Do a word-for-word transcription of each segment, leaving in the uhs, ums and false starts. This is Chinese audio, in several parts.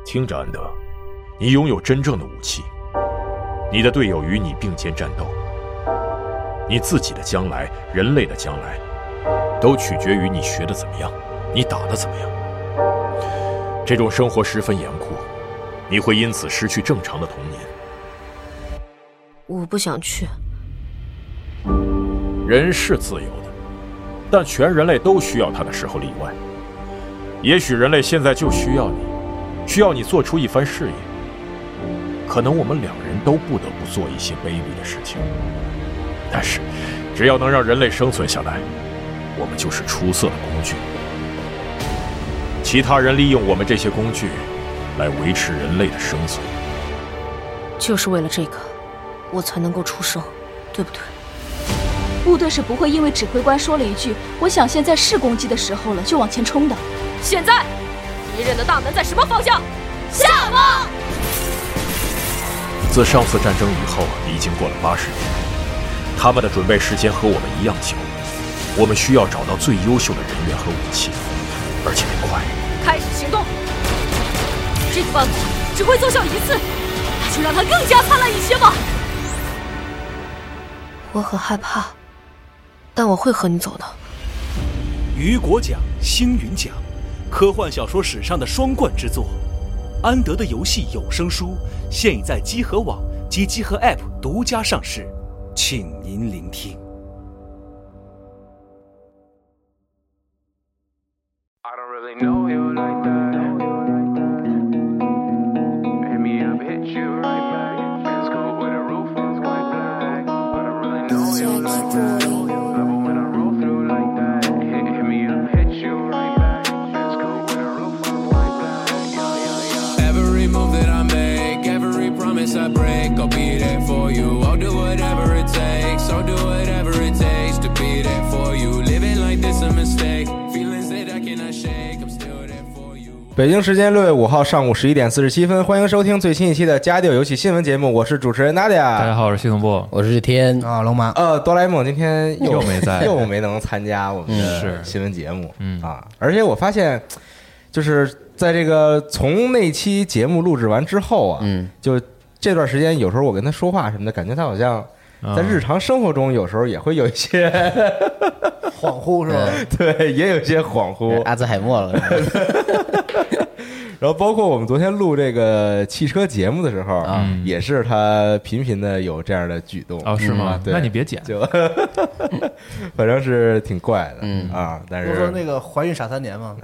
听着，安德，你拥有真正的武器，你的队友与你并肩战斗，你自己的将来，人类的将来，都取决于你学的怎么样，你打的怎么样。这种生活十分严酷，你会因此失去正常的童年。 我不想去。 人是自由的，但全人类都需要他的时候例外。也许人类现在就需要你，需要你做出一番事业。可能我们两人都不得不做一些卑鄙的事情，但是只要能让人类生存下来，我们就是出色的工具。其他人利用我们这些工具来维持人类的生存。 就是为了这个，我才能够出生，对不对？ 部队是不会因为指挥官说了一句我想现在是攻击的时候了就往前冲的。现在敌人的大门在什么方向？下方。 自上次战争以后已经过了八十年，他们的准备时间和我们一样久。我们需要找到最优秀的人员和武器，而且得快。 开始行动。这个办法只会奏效一次，那就让它更加灿烂一些吧。 我很害怕，但我会和你走的。 雨果奖、星云奖，科幻小说史上的双冠之作。安德的游戏有声书现已在机核网及机核 App 独家上市，请您聆听。I don't really know you like that. Hit me up, hit you right back. It's cool when the roof is quite black. I don't really know you like that. Love when I roll through like that. Hit, hit me up, hit you right back. It's cool when the roof is quite black. Yeah, yeah, yeah. Every move that I make, every promise I break, I'll be there for you. I'll do whatever it takes. I'll do whatever it takes to be there for you. Living like this a mistake. Feelings that I cannot shake. 北京时间六月五号上午十一点四十七分，欢迎收听最新一期的家电游戏新闻节目，我是主持人 Nadia。 大家好，我是系统部， 我是天啊，龙马。 呃，哆啦 A 梦今天又又没在， 又没能参加我们的新闻节目， 嗯啊，而且我发现，就是在这个从那期节目录制完之后啊， 嗯， 就这段时间，有时候我跟他说话什么的，感觉他好像在日常生活中有时候也会有一些恍惚，是吧？ 对，也有一些恍惚， 阿兹海默了。 然后包括我们昨天录这个汽车节目的时候， 嗯、 也是他频频的有这样的举动。 哦，是吗？ 嗯、对， 那你别剪， 就反正是挺怪的， 嗯啊，但是不是说那个怀孕傻三年吗？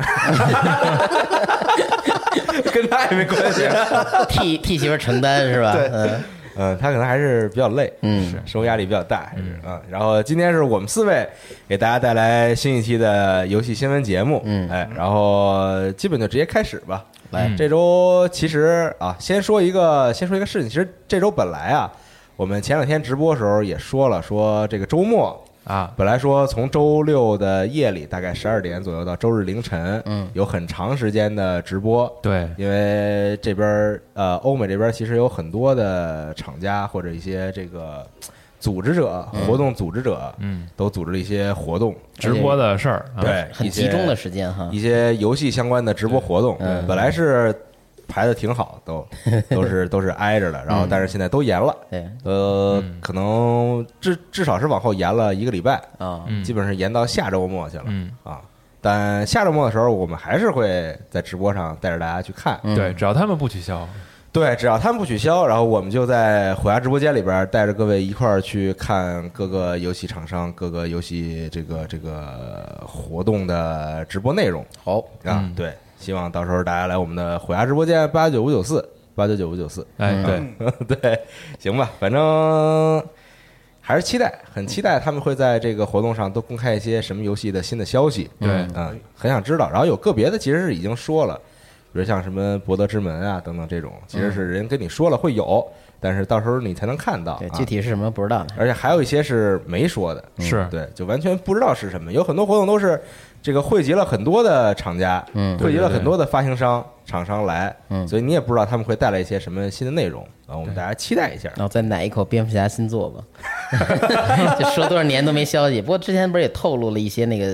跟他也没关系， 替替媳妇承担是吧？ 对， 嗯嗯，他可能还是比较累， 嗯， 是生活压力比较大，还是啊。然后今天是我们四位给大家带来新一期的游戏新闻节目， 嗯， 哎，然后基本就直接开始吧。 来， 这周其实啊，先说一个，先说一个事情。其实这周本来啊，我们前两天直播的时候也说了，说这个周末啊， 本来说从周六的夜里大概十二点左右到周日凌晨， 嗯， 有很长时间的直播。 对， 因为这边呃，欧美这边其实有很多的厂家或者一些这个组织者、 嗯、 活动组织者， 嗯， 都组织了一些活动、 直播的事儿， 对， 很集中的时间哈， 一些游戏相关的直播活动， 嗯、 本来是排的挺好，都都是都是挨着的，然后但是现在都延了， 对， 呃， 嗯、 可能至至少是往后延了一个礼拜啊， 嗯、 基本上延到下周末去了， 嗯啊。但下周末的时候，我们还是会在直播上带着大家去看， 嗯、 对，只要他们不取消。 对，只要他们不取消，然后我们就在虎牙直播间里边带着各位一块儿去看各个游戏厂商、各个游戏这个这个活动的直播内容。 好啊， 嗯、 对，希望到时候大家来我们的虎牙直播间八九五九四八九九五九四。 哎，对、 嗯、对，行吧，反正还是期待，很期待他们会在这个活动上都公开一些什么游戏的新的消息。 对， 嗯，很想知道。然后有个别的其实是已经说了。比如像什么博德之门啊等等这种，其实是人跟你说了会有，但是到时候你才能看到。 对，具体是什么不知道呢？ 而且还有一些是没说的， 是对，就完全不知道是什么。有很多活动都是这个汇集了很多的厂家， 嗯， 汇集了很多的发行商、厂商来， 嗯， 所以你也不知道他们会带来一些什么新的内容啊。我们大家期待一下。 然后再奶一口蝙蝠侠新作吧，就说多少年都没消息。不过之前不是也透露了一些那个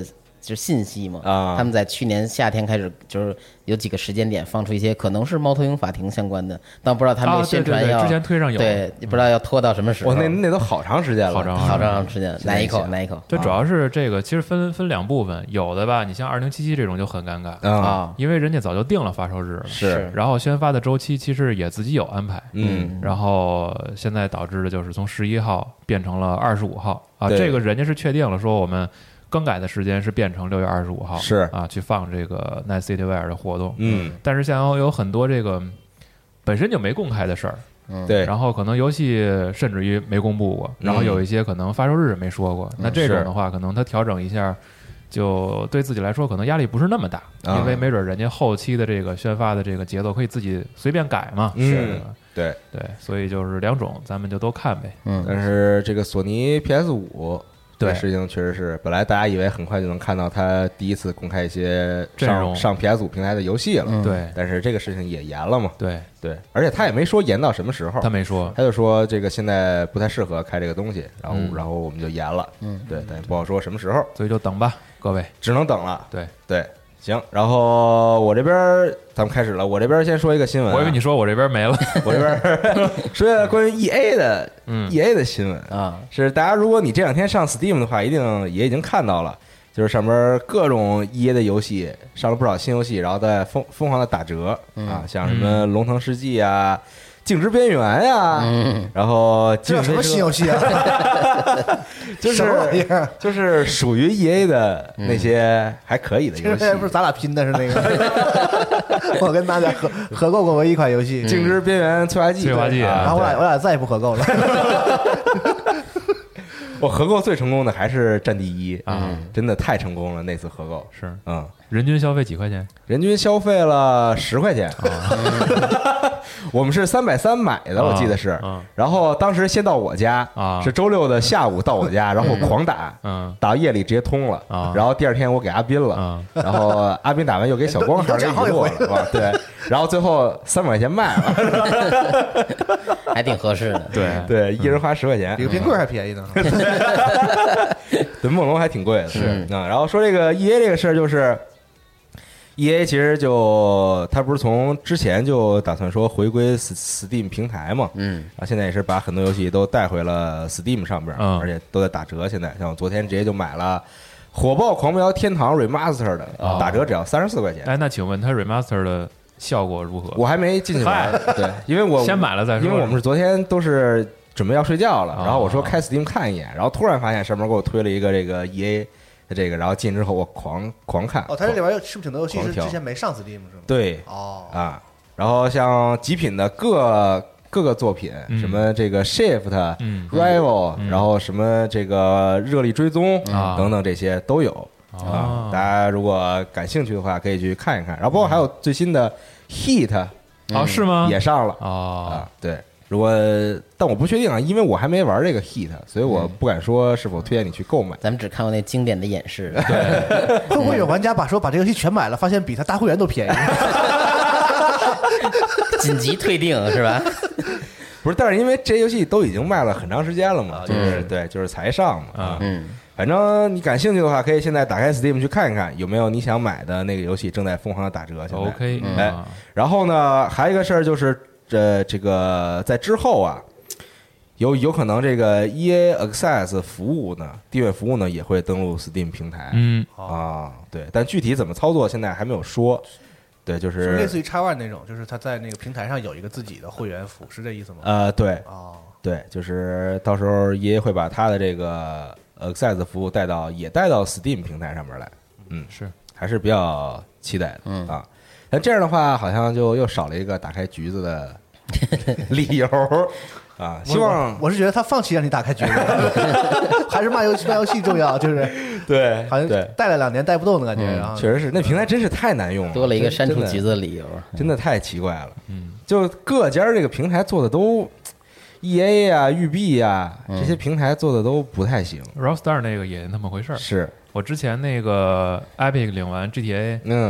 就是信息嘛。 啊他们在去年夏天开始，就是有几个时间点放出一些可能是猫头鹰法庭相关的，但不知道他们这个宣传要、 啊对对对之前推上有对，不知道要拖到什么时候。 我那那都好长时间了， 好长好长时间，来一口， 想来一口。 这主要是这个，其实分分两部分，有的吧，你像二零七七这种就很尴尬， 啊， 啊， 因为人家早就定了发售日了， 是然后宣发的周期其实也自己有安排， 嗯然后现在导致的就是从十一号变成了二十五号啊， 对这个人家是确定了说我们更改的时间是变成六月二十五号， 是啊，去放这个 Night City Wire 的活动， 嗯， 但是像有很多这个本身就没公开的事儿， 对， 然后可能游戏甚至于没公布过，然后有一些可能发售日没说过，那这种的话，可能他调整一下，就对自己来说可能压力不是那么大， 啊因为没准人家后期的这个宣发的这个节奏可以自己随便改嘛， 嗯是吧对。 对，所以就是两种，咱们就都看呗。 嗯， 但是这个索尼 P S 五这个对事情确实是，本来大家以为很快就能看到它第一次公开一些阵容上上 P S 五平台的游戏了， 嗯对但是这个事情也延了嘛， 对， 对，而且他也没说延到什么时候， 他没说， 他就说这个现在不太适合开这个东西，然后、 嗯然后我们就延了， 嗯， 对，但也不好说什么时候， 所以就等吧，各位。 只能等了， 对， 对，行，然后我这边儿咱们开始了，我这边儿先说一个新闻啊、 我以为你说我这边没了， 我这边儿说一个关于 E A 的、 嗯 E A 的新闻啊， 是大家如果你这两天上 Steam 的话，一定也已经看到了，就是上面各种 E A 的游戏上了不少新游戏，然后在疯疯狂的打折、 嗯啊，像什么《龙腾世纪》啊。静之边缘呀， 嗯然后这叫什么新游戏啊？ 就什么玩意是儿？ 就是属于 E A 的那些还可以的游戏这，不是咱俩拼的，是那个。我跟大家合合购过唯一一款游戏， 《静之边缘催化剂》 催化剂啊然后我俩我俩再也不合购了。 我合购最成功的还是《战地一》 啊， 真的太成功了，那次合购是嗯， 人均消费几块钱？ 人均消费了十块钱，我们是三百三买的，我记得是啊， 然后当时先到我家啊是周六的下午到我家，然后狂打， 嗯打到夜里直接通了啊然后第二天我给阿斌了啊， 然后阿斌打完又给小光孩给雨落了，是吧？对，然后最后三百块钱卖了， 还挺合适的。 对对，一人花十块钱比，个冰棍还便宜呢。 对，梦龙还挺贵的， 是啊。然后说这个 E A 这个事儿，就是 E A 其实就他不是从之前就打算说回归 Steam 平台嘛， 嗯然后现在也是把很多游戏都带回了 Steam 上边， 嗯而且都在打折。现在像我昨天直接就买了《火爆狂飙天堂 Remaster》的， 哦打折只要三十四块钱。 哎，那请问它 remaster 的效果如何？ 我还没进去玩，对，因为我先买了再说。 因为我们是昨天都是准备要睡觉了， 哦然后我说开 Steam 看一眼，然后突然发现上面给我推了一个这个 E A 的这个，然后进之后我狂狂看。 哦，它这里边有是不是挺多游戏是狂挑之前没上 Steam 是吗？ 对哦， 啊，然后像极品的各各个作品， 嗯什么这个 Shift、 嗯 Rival， 嗯然后什么这个热力追踪啊等等这些都有哦啊。大家如果感兴趣的话，可以去看一看。然后包括还有最新的 Heat 哦是吗？ 也上了哦啊，对。如果但我不确定啊，因为我还没玩这个 Heat，所以我不敢说是否推荐你去购买。 咱们只看过那经典的演示。 会不会有玩家把说把这个游戏全买了，发现比他大会员都便宜？ 紧急退订是吧？ 不是，但是因为这些游戏都已经卖了很长时间了嘛，就是嗯对，就是才上嘛啊嗯， 反正你感兴趣的话，可以现在打开 Steam 去看一看，有没有你想买的那个游戏正在疯狂的打折。现在 OK， 哎啊然后呢，还有一个事儿就是，这这个在之后啊，有有可能这个 E A Access 服务呢，订阅服务呢也会登陆 Steam 平台、 嗯啊，对，但具体怎么操作现在还没有说。对，就是是类似于 X Y 那种，就是他在那个平台上有一个自己的会员服，是这意思吗？ 呃，对哦， 对，就是到时候 E A 会把它的这个 Access 服务带到也带到 Steam 平台上面来，嗯， 是还是比较期待的， 嗯啊。但这样的话，好像就又少了一个打开橘子的理由啊。希望我我是觉得他放弃让你打开局子，还是卖游戏卖游戏重要，就是对， 好像对， 带了两年带不动的感觉， 嗯然后确实是那平台真是太难用了， 多了一个删除真的橘子的理由。 真的太奇怪了。 嗯就各家这个平台做的都 E A 呀、育碧呀嗯这些平台做的都不太行。 ，Rockstar 那个也那么回事儿。 是， 我之前那个 Epic 领完 G T A， 嗯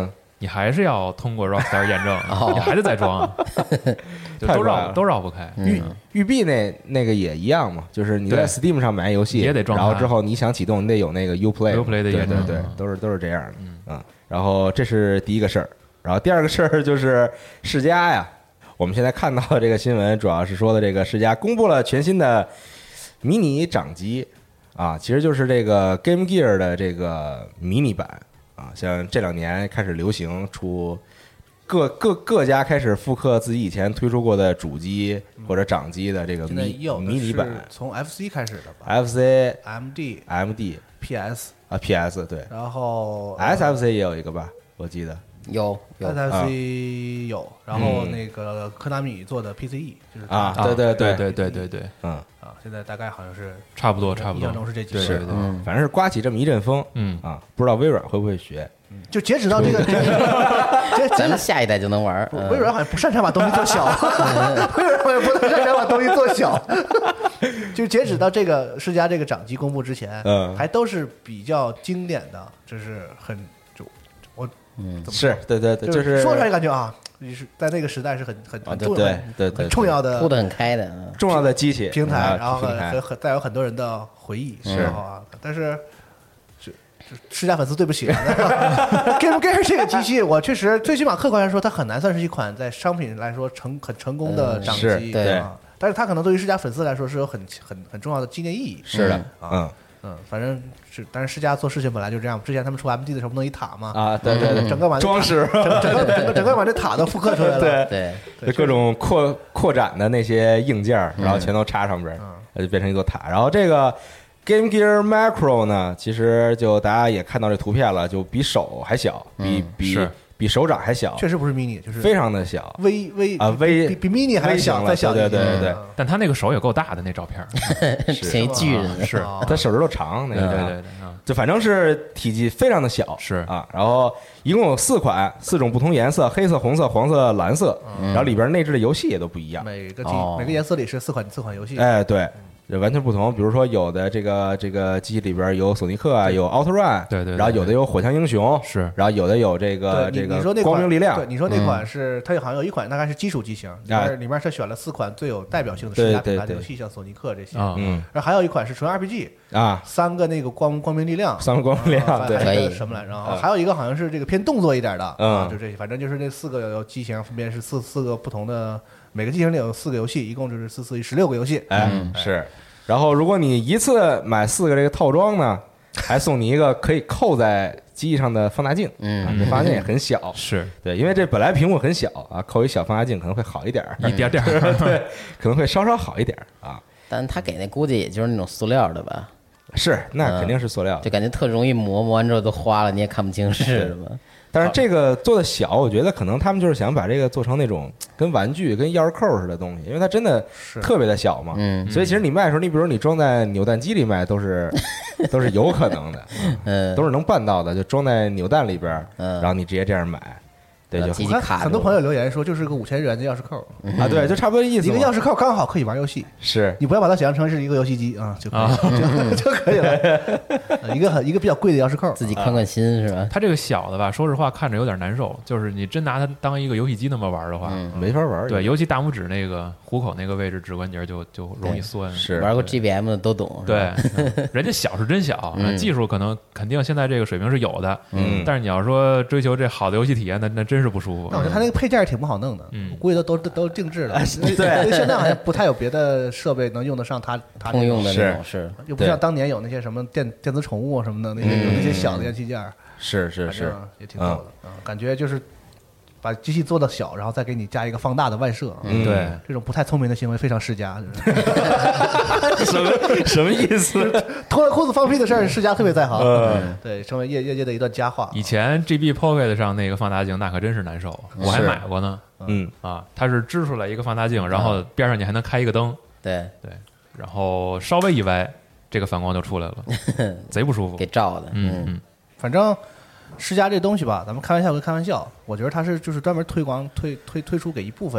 你还是要通过 Rockstar 验证， 哦你还得再装，就都太怪了绕都绕不开。 育嗯育碧那那个也一样嘛，就是你在对 Steam 上买游戏也得装它然后之后你想启动，你得有那个 Uplay Uplay 的对对对验证嗯， 都是都是这样的。嗯，然后这是第一个事儿，然后第二个事儿就是世嘉呀，我们现在看到的这个新闻主要是说的这个世嘉公布了全新的迷你掌机啊，其实就是这个 Game Gear 的这个迷你版啊，像这两年开始流行出。各各各家开始复刻自己以前推出过的主机或者掌机的这个现在迷有的是迷你版从 F C 开始的吧 ，F C、 ，M D、 M D P S， 啊 P S 对然后 ，S F C 也有一个吧，我记得有有 S F C 有，然后嗯那个科纳米做的 P C E 就是啊， 啊对对对对， 对对对对， 嗯， 啊，现在大概好像是差不多差不多印象中。是这几个对对对， 嗯反正是刮起这么一阵风嗯， 啊，不知道微软会不会学？ 就截止到这个，截咱们下一代就能玩儿。嗯微软好像不擅长把东西做小，微软好像不擅长把东西做小。就截止到这个世嘉这个掌机公布之前， 嗯还都是比较经典的，就是很就我嗯怎么说是对对对， 就就是说出来感觉啊，就是在那个时代是很很很重对很对对很重要的铺的很开的，嗯重要的机器平台， 啊然后平台很很带有很多人的回忆， 是然后啊，但是是是世嘉粉丝对不起啊，Game Gear 这个机器，我确实最起码客观来说，它很难算是一款在商品来说成很成功的嗯掌是机， 对啊，但是它可能对于世嘉粉丝来说是有很很很重要的纪念意义， 是的， 啊嗯嗯，反正是，但是世嘉做事情本来就这样，之前他们出 M D 的时候不弄一塔嘛， 啊，对对对， 整个把那塔装饰， 整整个整个整个把这塔都复刻出来了， 对对， 就各种扩扩展的那些硬件儿， 嗯然后全都插上边儿嗯， 呃就变成一座塔。然后这个 Game Gear Micro 呢，其实就大家也看到这图片了，就比手还小，比嗯比是比手掌还小， 确实不是 mini，就是非常的小。 微微啊微比比比 mini 还微小型了再小一些， 对对对对嗯但他那个手也够大的那照片儿， 是像一巨人， 是啊它手指头长那对对个， 对对啊， 就反正是体积非常的小， 是啊。然后一共有四款，四种不同颜色：黑色、红色、黄色、蓝色。然后里边内置的游戏也都不一样。 每个机哦每个颜色里是四款四款游戏， 哎，对，就完全不同。比如说，有的这个这个机器里边有索尼克啊，有奥特曼， 对对对然后有的有火枪英雄， 是然后有的有这个对， 这你你说个那款光明力量对，，你说那款是它好像有一款大概是基础机型，里啊面里面它选了四款最有代表性的对世嘉对对品牌的游戏，像索尼克这些， 啊嗯然后还有一款是纯 R P G， 啊， 三个那个光光明力量， 三个光明力量对啊还有一个可以什么来着？然后嗯还有一个好像是这个偏动作一点的， 嗯啊就这些，反正就是那四个机型分别是四四个不同的，每个机型里有四个游戏，一共就是四四十六个游戏， 哎是。然后如果你一次买四个这个套装呢，还送你一个可以扣在机器上的放大镜， 嗯啊这放大镜也很小， 是对，因为这本来屏幕很小啊，扣一小放大镜可能会好一点儿， 一点点儿， 对，可能会稍稍好一点儿啊。 但他给那估计也就是那种塑料的吧， 是，那肯定是塑料的就。感觉特容易磨，磨完之后都花了，你也看不清是什么。 但是这个做的小，我觉得可能他们就是想把这个做成那种跟玩具、跟钥匙扣似的东西，因为它真的特别的小嘛。 嗯所以其实你卖的时候，你比如你装在扭蛋机里卖，都是都是有可能的， 嗯， 都是能办到的，就装在扭蛋里边儿， 嗯然后你直接这样买，对，就我看机器卡住很多朋友留言说，就是个五千日元的钥匙扣， 啊，对，就差不多意思嘛。 一个钥匙扣刚好可以玩游戏， 是你不要把它想象成是一个游戏机啊，就可以就就可以了。呃一个很一个比较贵的钥匙扣， 自己宽宽心是吧？ 它这个小的吧，说实话看着有点难受，就是你真拿它当一个游戏机那么玩的话， 嗯没法玩儿。 对，尤其大拇指那个虎口那个位置指关节就就容易酸。 是玩过 G B M 的都懂，是吧对，嗯人家小是真小， 嗯技术可能肯定现在这个水平是有的， 嗯但是你要说追求这好的游戏体验，那那真是不舒服那。我觉得它那个配件儿挺不好弄的， 嗯我估计都都都都定制的。 对因为现在好像不太有别的设备能用得上它它这个通用的是那种是， 又不像当年有那些什么电电子宠物啊什么的，那些有那些小的电器件儿， 是是是反正，也挺逗的啊。感觉就是把机器做的小，然后再给你加一个放大的外设， 嗯对， 这种不太聪明的行为非常世家。就是什么什么意思？ 脱了裤子放屁的事儿，世家特别在行， 嗯对，成为业业界的一段佳话。 以前 G B Pocket 上那个放大镜那可真是难受，我还是买过呢。 嗯啊，它是支出来一个放大镜，然后边上你还能开一个灯， 对， 对，然后稍微一歪，这个反光就出来了，贼不舒服给。照的， 嗯嗯， 反正世嘉这东西吧，咱们开玩笑归开玩笑，我觉得它是就是专门推广推推推出给一部分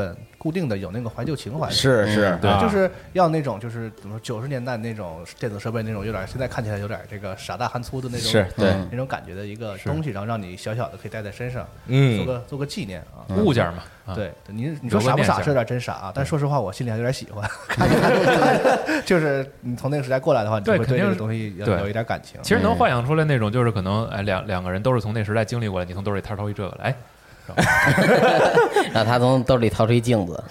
固定的有那个怀旧情怀的。 是是， 对就是要那种就是怎么说九十年代那种电子设备那种有点现在看起来有点这个傻大憨粗的那种是对那种感觉的一个东西，然后让你小小的可以带在身上， 嗯做个做个纪念啊。 物件嘛，啊对，你你说傻不傻是有点真傻啊，但说实话我心里还有点喜欢，就是你从那个时代过来的话，你就会对这个东西有有一点感情。 其实能幻想出来那种，就是可能哎两两个人都是从那时代经历过来，你从兜里掏出一这个来，哎。 让他从兜里掏出一镜子，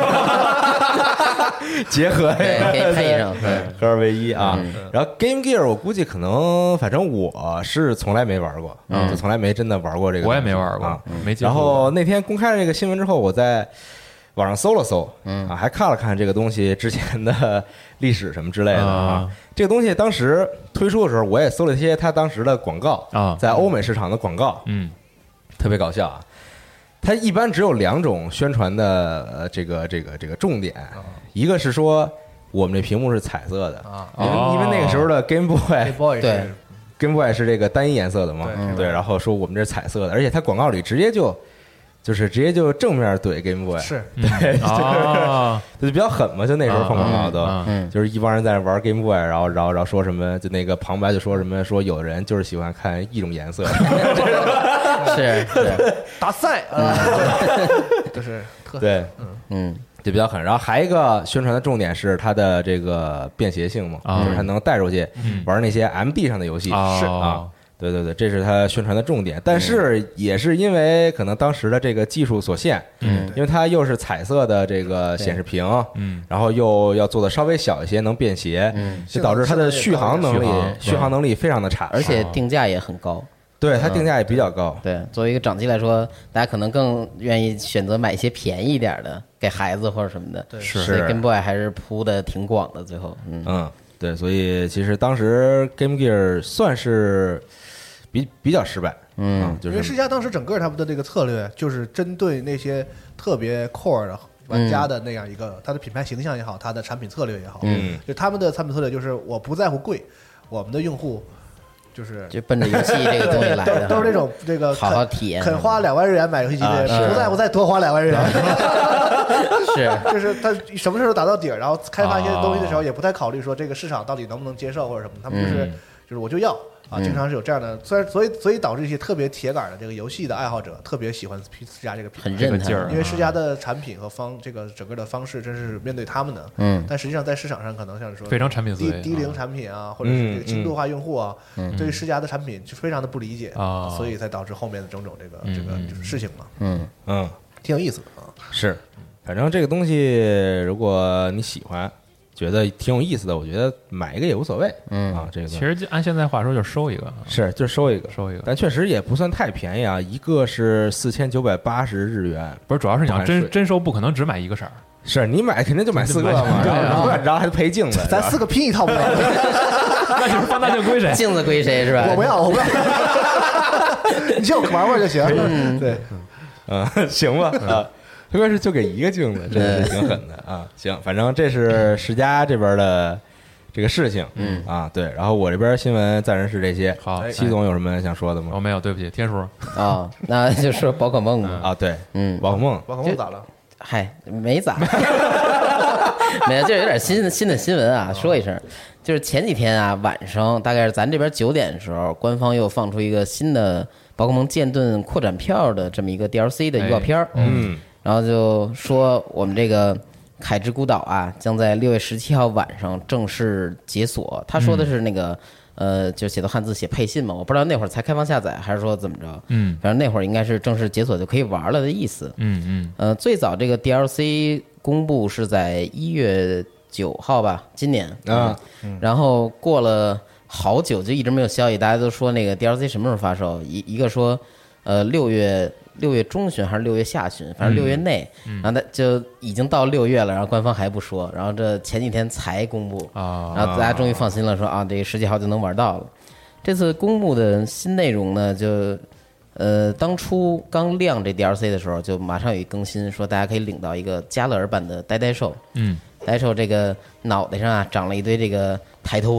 结合对，给配上， 合二为一啊。然后 Game Gear 我估计可能，反正我是从来没玩过，就从来没真的玩过这个， 我也没玩过，没接触过。 然后那天公开了这个新闻之后，我在网上搜了搜，啊，还看了看这个东西之前的历史什么之类的啊。这个东西当时推出的时候，我也搜了一些它当时的广告啊， 在欧美市场的广告， 嗯， 特别搞笑啊。它一般只有两种宣传的呃这个这个这个重点，一个是说我们这屏幕是彩色的啊，因为因为那个时候的 Game Boy 对 Game Boy 是这个单一颜色的嘛，对，然后说我们这是彩色的，而且它广告里直接就就是直接就正面怼 Game Boy， 是对，就是就比较狠嘛，就那时候放广告都，就是一帮人在那玩 Game Boy， 然后然后然后说什么，就那个旁白就说什么，说有的人就是喜欢看一种颜色， 是是大赛啊，就是特对， 嗯， 就比较狠。然后还一个宣传的重点是它的这个便携性嘛，就是它能带出去玩那些 M D 上的游戏，是啊。对对对，这是它宣传的重点，但是也是因为可能当时的这个技术所限，嗯，因为它又是彩色的这个显示屏，嗯，然后又要做的稍微小一些，能便携，嗯，就导致它的续航能力续航能力非常的差， 而且定价也很高。 对，它定价也比较高。 对，作为一个掌机来说，大家可能更愿意选择买一些便宜一点的给孩子或者什么的。 对， 是。 所以 Game Boy 还是铺的挺广的，最后，嗯嗯，对，所以其实当时 Game Gear 算是。比比较失败， 嗯， 就是因为世嘉当时整个他们的这个策略就是针对那些特别 core 的玩家的那样一个，他的品牌形象也好，他的产品策略也好， 嗯， 就他们的产品策略就是我不在乎贵，我们的用户就是就奔着游戏这个东西来的， 都是这种这个好好体验， 肯花两万日元买游戏机的，不在乎再多花两万日元， 是， 就是他什么时候达到底儿，然后开发一些东西的时候也不太考虑说这个市场到底能不能接受或者什么，他们就是就是我就要。啊，经常是有这样的，虽然所以所以导致一些特别铁杆的这个游戏的爱好者特别喜欢世嘉这个品牌， 很认劲儿， 因为世嘉的产品和方这个整个的方式真是面对他们的， 嗯， 但实际上在市场上可能像是说非常产品思维， 低低龄产品啊，或者是这个轻度化用户啊，对于世嘉的产品就非常的不理解啊，所以才导致后面的种种这个这个就是事情嘛， 嗯嗯， 挺有意思的啊， 是，反正这个东西如果你喜欢。觉得挺有意思的，我觉得买一个也无所谓，嗯啊，这个其实按现在话说就是收一个， 是就收一个， 收一个， 但确实也不算太便宜啊，一个是四千九百八十日元， 不是，主要是你要真真收，不可能只买一个色儿， 是你买肯定就买四个嘛，然后然后还配镜子， 咱四个拼一套不了， 那就是放大镜归谁？ 镜子归谁是吧？ 我不要，我不要，你就玩玩就行，对， 嗯，行吧啊。特别是就给一个镜子，真的是挺狠的啊！行，反正这是世嘉这边的这个事情，嗯啊，对。然后我这边新闻暂时是这些。 好， 西总有什么想说的吗？ 我没有，对不起，天叔啊，那就说宝可梦嘛。 啊，对， 嗯， 宝可梦， 宝可梦咋了？ 嗨，没咋，没有，就有点新新的新闻啊，说一声，就是前几天啊，晚上大概是咱这边九点的时候，官方又放出一个新的宝可梦剑盾扩展票的这么一个 D L C 的预告片，嗯。然后就说我们这个凯之孤岛啊，将在六月十七号晚上正式解锁。他说的是那个、嗯、呃，就写的汉字写配信嘛，我不知道那会儿才开放下载还是说怎么着。嗯，反正那会儿应该是正式解锁就可以玩了的意思。 嗯嗯。 呃，最早这个 D L C 公布是在一月九号吧，今年啊、嗯，然后过了好久就一直没有消息，大家都说那个 D L C 什么时候发售？一一个说呃六月。六月中旬还是六月下旬，反正六月内，嗯、然后他就已经到六月了，然后官方还不说，然后这前几天才公布啊，然后大家终于放心了，说啊，这个十几号就能玩到了。这次公布的新内容呢，就呃，当初刚亮这 D L C 的时候，就马上有一更新，说大家可以领到一个加勒尔版的呆呆兽，嗯，呆兽这个脑袋上啊长了一堆这个抬头纹。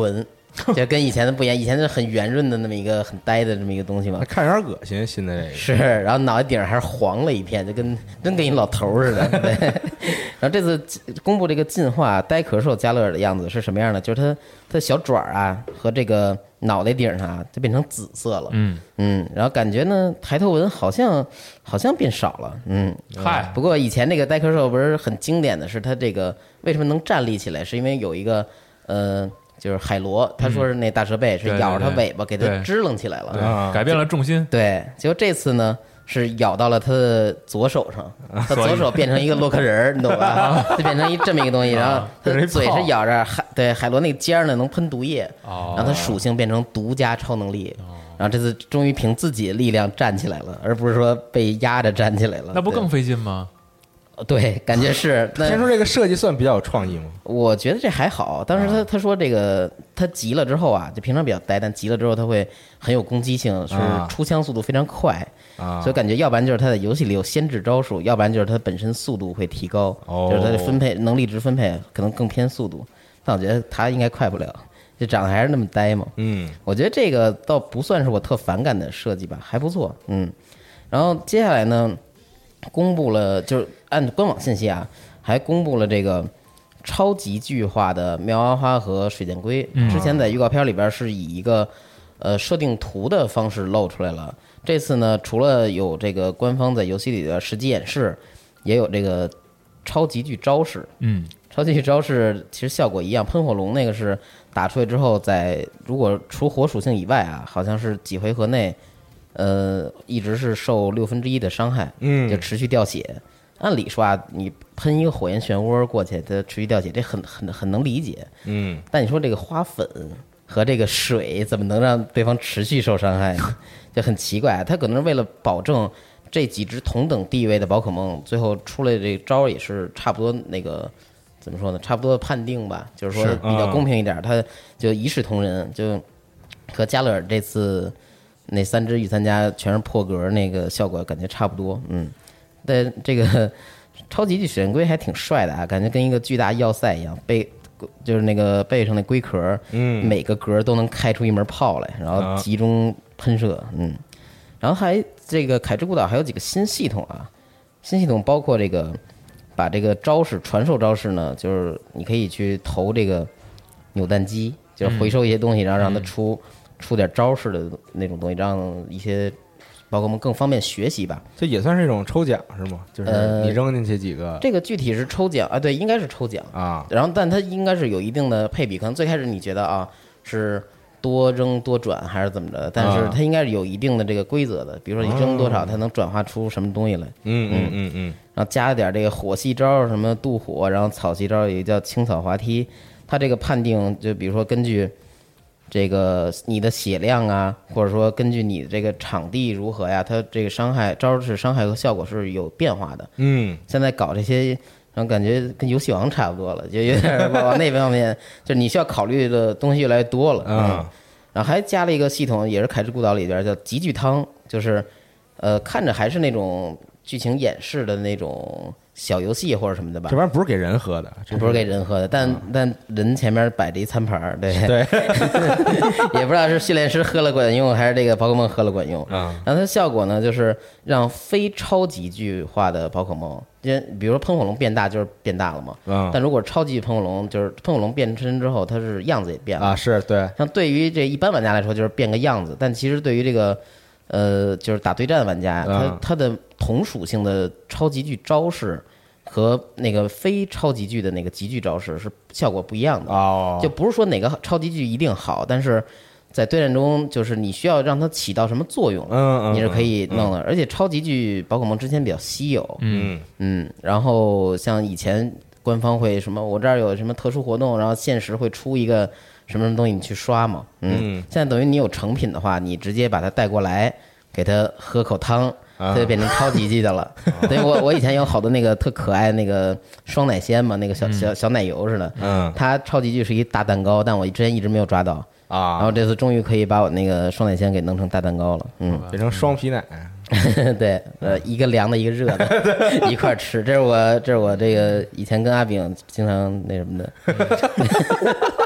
就跟以前的不一样，以前是很圆润的那么一个很呆的这么一个东西嘛， 看着有点恶心。新的这个是，然后脑袋顶上还是黄了一片，就跟真跟一老头似的。对，然后这次公布这个进化呆壳兽加勒尔的样子是什么样的？就是它它的小爪啊和这个脑袋顶上啊就变成紫色了。 嗯嗯，然后感觉呢抬头纹好像好像变少了。嗯， 嗨， 不过以前那个呆壳兽不是很经典的是它这个为什么能站立起来，是因为有一个呃。就是海螺，他说是那大蛇背是咬着它尾巴给它支棱起来了， 对，改变了重心。 对，结果这次呢是咬到了他的左手上，他左手变成一个洛克人儿，你懂吧？就变成一这么一个东西，然后他嘴是咬着海，对海螺那个尖儿呢能喷毒液，然后它属性变成独家超能力，然后这次终于凭自己的力量站起来了，而不是说被压着站起来了。 那不更费劲吗？ 对，感觉是。 先说这个设计算比较有创意吗？ 我觉得这还好。当时他他说这个他急了之后啊，就平常比较呆，但急了之后他会很有攻击性，是出枪速度非常快啊，所以感觉要不然就是他在游戏里有先制招数，要不然就是他本身速度会提高，就是他的分配能力值分配可能更偏速度。但我觉得他应该快不了，就长得还是那么呆嘛。嗯，我觉得这个倒不算是我特反感的设计吧，还不错。嗯，然后接下来呢？公布了，就是按官网信息啊，还公布了这个超级巨化的妙蛙花和水箭龟。之前在预告片里边是以一个呃设定图的方式露出来了。这次呢，除了有这个官方在游戏里的实际演示，也有这个超级巨招式。嗯，超级巨招式其实效果一样，喷火龙那个是打出来之后，在如果除火属性以外啊，好像是几回合内。呃，一直是受六分之一的伤害，嗯，就持续掉血。按理说啊，你喷一个火焰漩涡过去，它持续掉血，这很很很能理解，嗯。但你说这个花粉和这个水怎么能让对方持续受伤害呢？就很奇怪。它可能是为了保证这几只同等地位的宝可梦，最后出来这招也是差不多那个怎么说呢？差不多判定吧，就是说比较公平一点，它就一视同仁，就和加勒尔这次。那三只御三家全是破格，那个效果感觉差不多，嗯。但这个超级巨水箭龟还挺帅的啊，感觉跟一个巨大要塞一样，背就是那个背上那龟壳，嗯，每个格都能开出一门炮来，然后集中喷射，嗯。然后还这个凯之孤岛还有几个新系统啊，新系统包括这个把这个招式传授招式呢，就是你可以去投这个扭蛋机，就是回收一些东西，然后让它出。嗯出点招式的那种东西，让一些宝可梦更方便学习吧。 这也算是一种抽奖是吗？就是你扔进去几个， 呃、这个具体是抽奖啊，对，应该是抽奖啊。然后，但它应该是有一定的配比，可能最开始你觉得啊是多扔多转还是怎么着，但是它应该是有一定的这个规则的。比如说你扔多少，它能转化出什么东西来。嗯嗯嗯嗯。然后加了点这个火系招，什么渡火，然后草系招有一个叫青草滑梯，它这个判定就比如说根据。这个你的血量啊，或者说根据你这个场地如何呀，它这个伤害招式伤害和效果是有变化的。嗯，现在搞这些，然后感觉跟游戏王差不多了，就有点往那方面，就是你需要考虑的东西越来越多了。嗯，然后还加了一个系统，也是凯之孤岛里边叫极巨汤，就是呃看着还是那种剧情演示的那种。小游戏或者什么的吧， 这玩意儿不是给人喝的， 这不是给人喝的，但、嗯、但人前面摆着一餐盘，对对， 也不知道是训练师喝了管用，还是这个宝可梦喝了管用。嗯，然后它效果呢，就是让非超级巨化的宝可梦，因为比如说喷火龙变大就是变大了嘛，嗯，但如果超级喷火龙就是喷火龙变身之后，它是样子也变了啊，是对。 像对于这一般玩家来说，就是变个样子，但其实对于这个。呃，就是打对战玩家，他他的同属性的超级巨招式和那个非超级巨的那个极巨招式是效果不一样的哦，就不是说哪个超级巨一定好，但是在对战中，就是你需要让它起到什么作用，嗯，你是可以弄的。而且超级巨宝可梦之前比较稀有，嗯嗯，然后像以前官方会什么，我这儿有什么特殊活动，然后限时会出一个。什么什么东西你去刷嘛，嗯，现在等于你有成品的话，你直接把它带过来，给它喝口汤，它就变成超级巨的了。所以我我以前有好多那个特可爱那个双奶仙嘛，那个小小小奶油似的，嗯，它超级巨是一大蛋糕，但我之前一直没有抓到啊，然后这次终于可以把我那个双奶仙给弄成大蛋糕了，嗯， 变成双皮奶。 对，呃，一个凉的，一个热的，一块吃。这是我，这是我这个以前跟阿炳经常那什么的。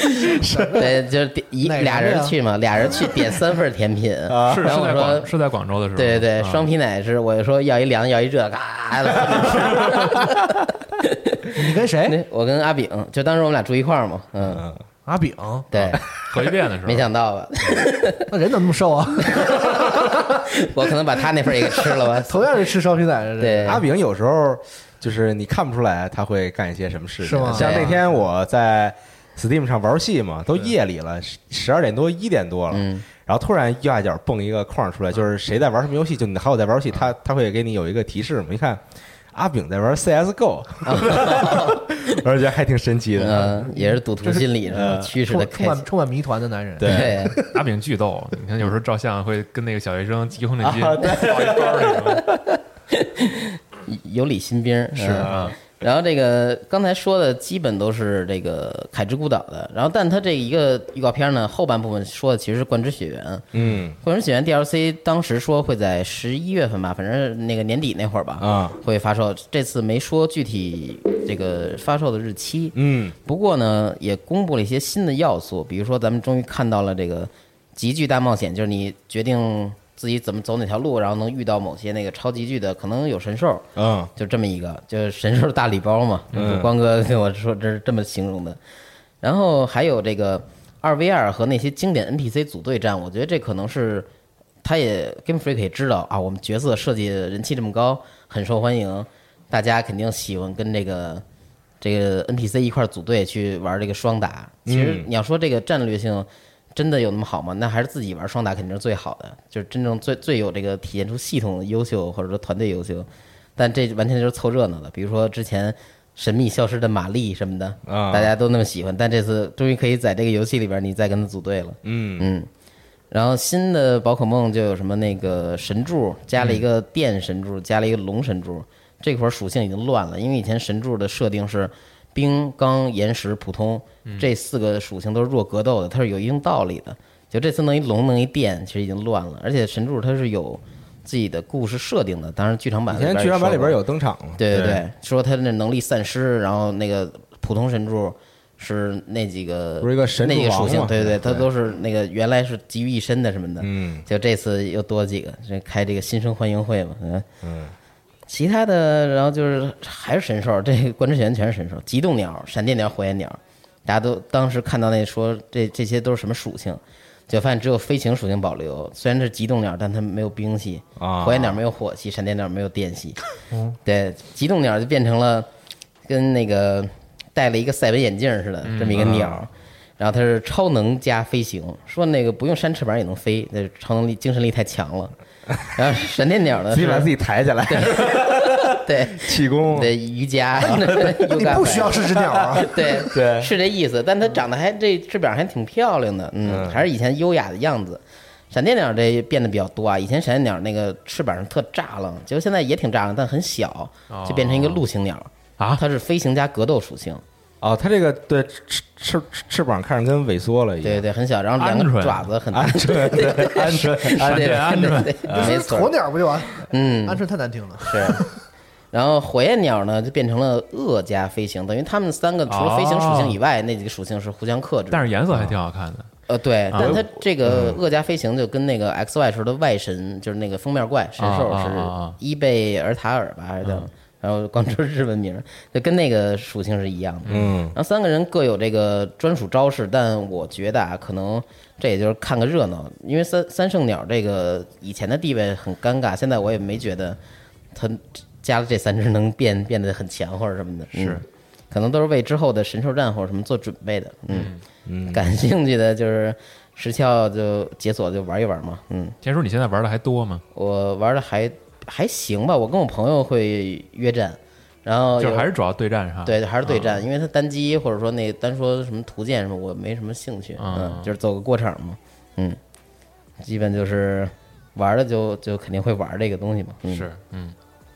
对，就是点一哪个呀俩人去嘛，俩人去点三份甜品， 啊是然后我说是在广是在广州的时候， 对对， 啊双皮奶是我就说要一凉要一热，嘎了。 你跟谁？ 那我跟阿炳，就当时我们俩住一块儿嘛，嗯， 阿炳， 对， 核聚变的时候， 没想到吧？ 那人怎么那么瘦啊？ 我可能把他那份也给吃了吧。 同样是吃烧皮奶的， 对， 阿炳有时候就是你看不出来他会干一些什么事情， 是吗像那天我在 Steam 上玩游戏嘛，都夜里了，十二点多一点多了， 嗯， 然后突然右下角蹦一个框出来，就是谁在玩什么游戏，就你的好友在玩游戏，他他会给你有一个提示嘛，一看阿炳在玩 C S G O， 我觉得还挺神奇的， 嗯，也是赌徒心理上驱使的充充开启。 满充满谜团的男人。 对， 阿炳巨逗，你看有时候照相会跟那个小学生急红领巾啊对抱一包那种， 有理新兵是嗯啊。 然后这个刚才说的基本都是这个凯之孤岛的，然后但它这一个预告片呢，后半部分说的其实是冠之雪原。 嗯冠之雪原 D L C 当时说会在十一月份吧，反正那个年底那会儿吧， 啊会发售。这次没说具体这个发售的日期， 嗯不过呢，也公布了一些新的要素，比如说咱们终于看到了这个极具大冒险，就是你决定自己怎么走哪条路，然后能遇到某些那个超级巨的，可能有神兽， 嗯就这么一个，就是神兽大礼包嘛。 嗯光哥跟我说这是这么形容的。然后还有这个二 v 二和那些经典 N P C 组队战，我觉得这可能是他也 Game Freak 也知道啊，我们角色设计人气这么高，很受欢迎，大家肯定喜欢跟这个这个 N P C 一块儿组队去玩这个双打。其实你要说这个战略性真的有那么好吗？那还是自己玩双打肯定是最好的，就是真正最最有这个体现出系统的优秀或者说团队优秀。但这完全就是凑热闹的，比如说之前神秘消失的玛丽什么的， 啊大家都那么喜欢，但这次终于可以在这个游戏里边你再跟他组队了。 嗯嗯，然后新的宝可梦就有什么那个神柱，加了一个电神柱，加了一个龙神柱，这会儿属性已经乱了，因为以前神柱的设定是冰、钢、岩石、普通这四个属性都是弱格斗的，它是有一定道理的。就这次弄一龙弄一电，其实已经乱了，而且神柱它是有自己的故事设定的，当然剧场版以前剧场版里边有登场嘛， 对对对，说他的能力散失，然后那个普通神柱是那几个不是一个神柱那几个属性， 王嘛对对对，它对都是那个原来是集于一身的什么的， 嗯就这次又多几个，这开这个新生欢迎会嘛，嗯嗯其他的然后就是还是神兽，这个冠之玄全是神兽，极冻鸟、闪电鸟、火焰鸟，大家都当时看到那说这这些都是什么属性。就发现只有飞行属性保留，虽然是极冻鸟，但它没有冰系， 啊火焰鸟没有火系，闪电鸟没有电系。对，极冻鸟就变成了跟那个戴了一个赛文眼镜似的这么一个鸟，然后它是超能加飞行，说那个不用扇翅膀也能飞，那超能力精神力太强了。然后闪电鸟呢， 自己把自己抬起来， 对气功， 对瑜伽， 你不需要是只鸟啊。 对对是这意思，但它长得还这翅膀还挺漂亮的，嗯，还是以前优雅的样子。闪电鸟这变得比较多啊，以前闪电鸟那个翅膀上特炸楞，结果现在也挺炸楞，但很小，就变成一个陆行鸟啊它是飞行加格斗属性， 哦，它这个对翅翅翅膀看着跟萎缩了一样， 对对，很小，然后两个鹌鹑爪子很大， 鹌鹑对鹌鹑鹌对鹑鹌鹑对对没错鸵，鸟不就完？ 嗯， 鹌鹑太难听了。 是。然后火焰鸟呢，就变成了恶加飞行，等于它们三个除了飞行属性以外，那几个属性是互相克制的。 但是颜色还挺好看的。 呃，对， 啊但它这个恶加飞行就跟那个 X Y 时候的外神，就是那个封面怪神兽啊啊啊是啊伊贝尔塔尔吧，还是叫？然后光知日文名，就跟那个属性是一样的。 嗯然后三个人各有这个专属招式，但我觉得啊，可能这也就是看个热闹，因为三三圣鸟这个以前的地位很尴尬，现在我也没觉得它加了这三只能变变得很强或者什么的， 是嗯可能都是为之后的神兽战或者什么做准备的。嗯， 嗯， 感兴趣的就是十七号就解锁就玩一玩嘛。嗯， 天叔，你现在玩的还多吗？ 我玩的还还行吧，我跟我朋友会约战，然后有就还是主要对战哈。 对，还是对战， 啊因为它单机或者说那单说什么图鉴什么，我没什么兴趣， 啊嗯，就是走个过场嘛，嗯，基本就是玩了就就肯定会玩这个东西嘛，嗯、 是，嗯，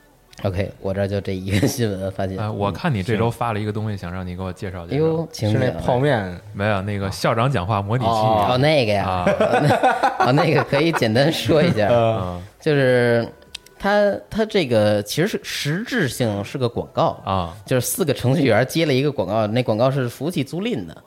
OK，我这儿就这一个新闻发现， 啊，我看你这周发了一个东西，想让你给我介绍介绍。 哎呦，请是那讲泡面没有那个校长讲话模拟器哦哦那个呀， 啊哦那个可以简单说一下， 啊就是它它这个其实是实质性是个广告， 啊就是四个程序员接了一个广告，那广告是服务器租赁的。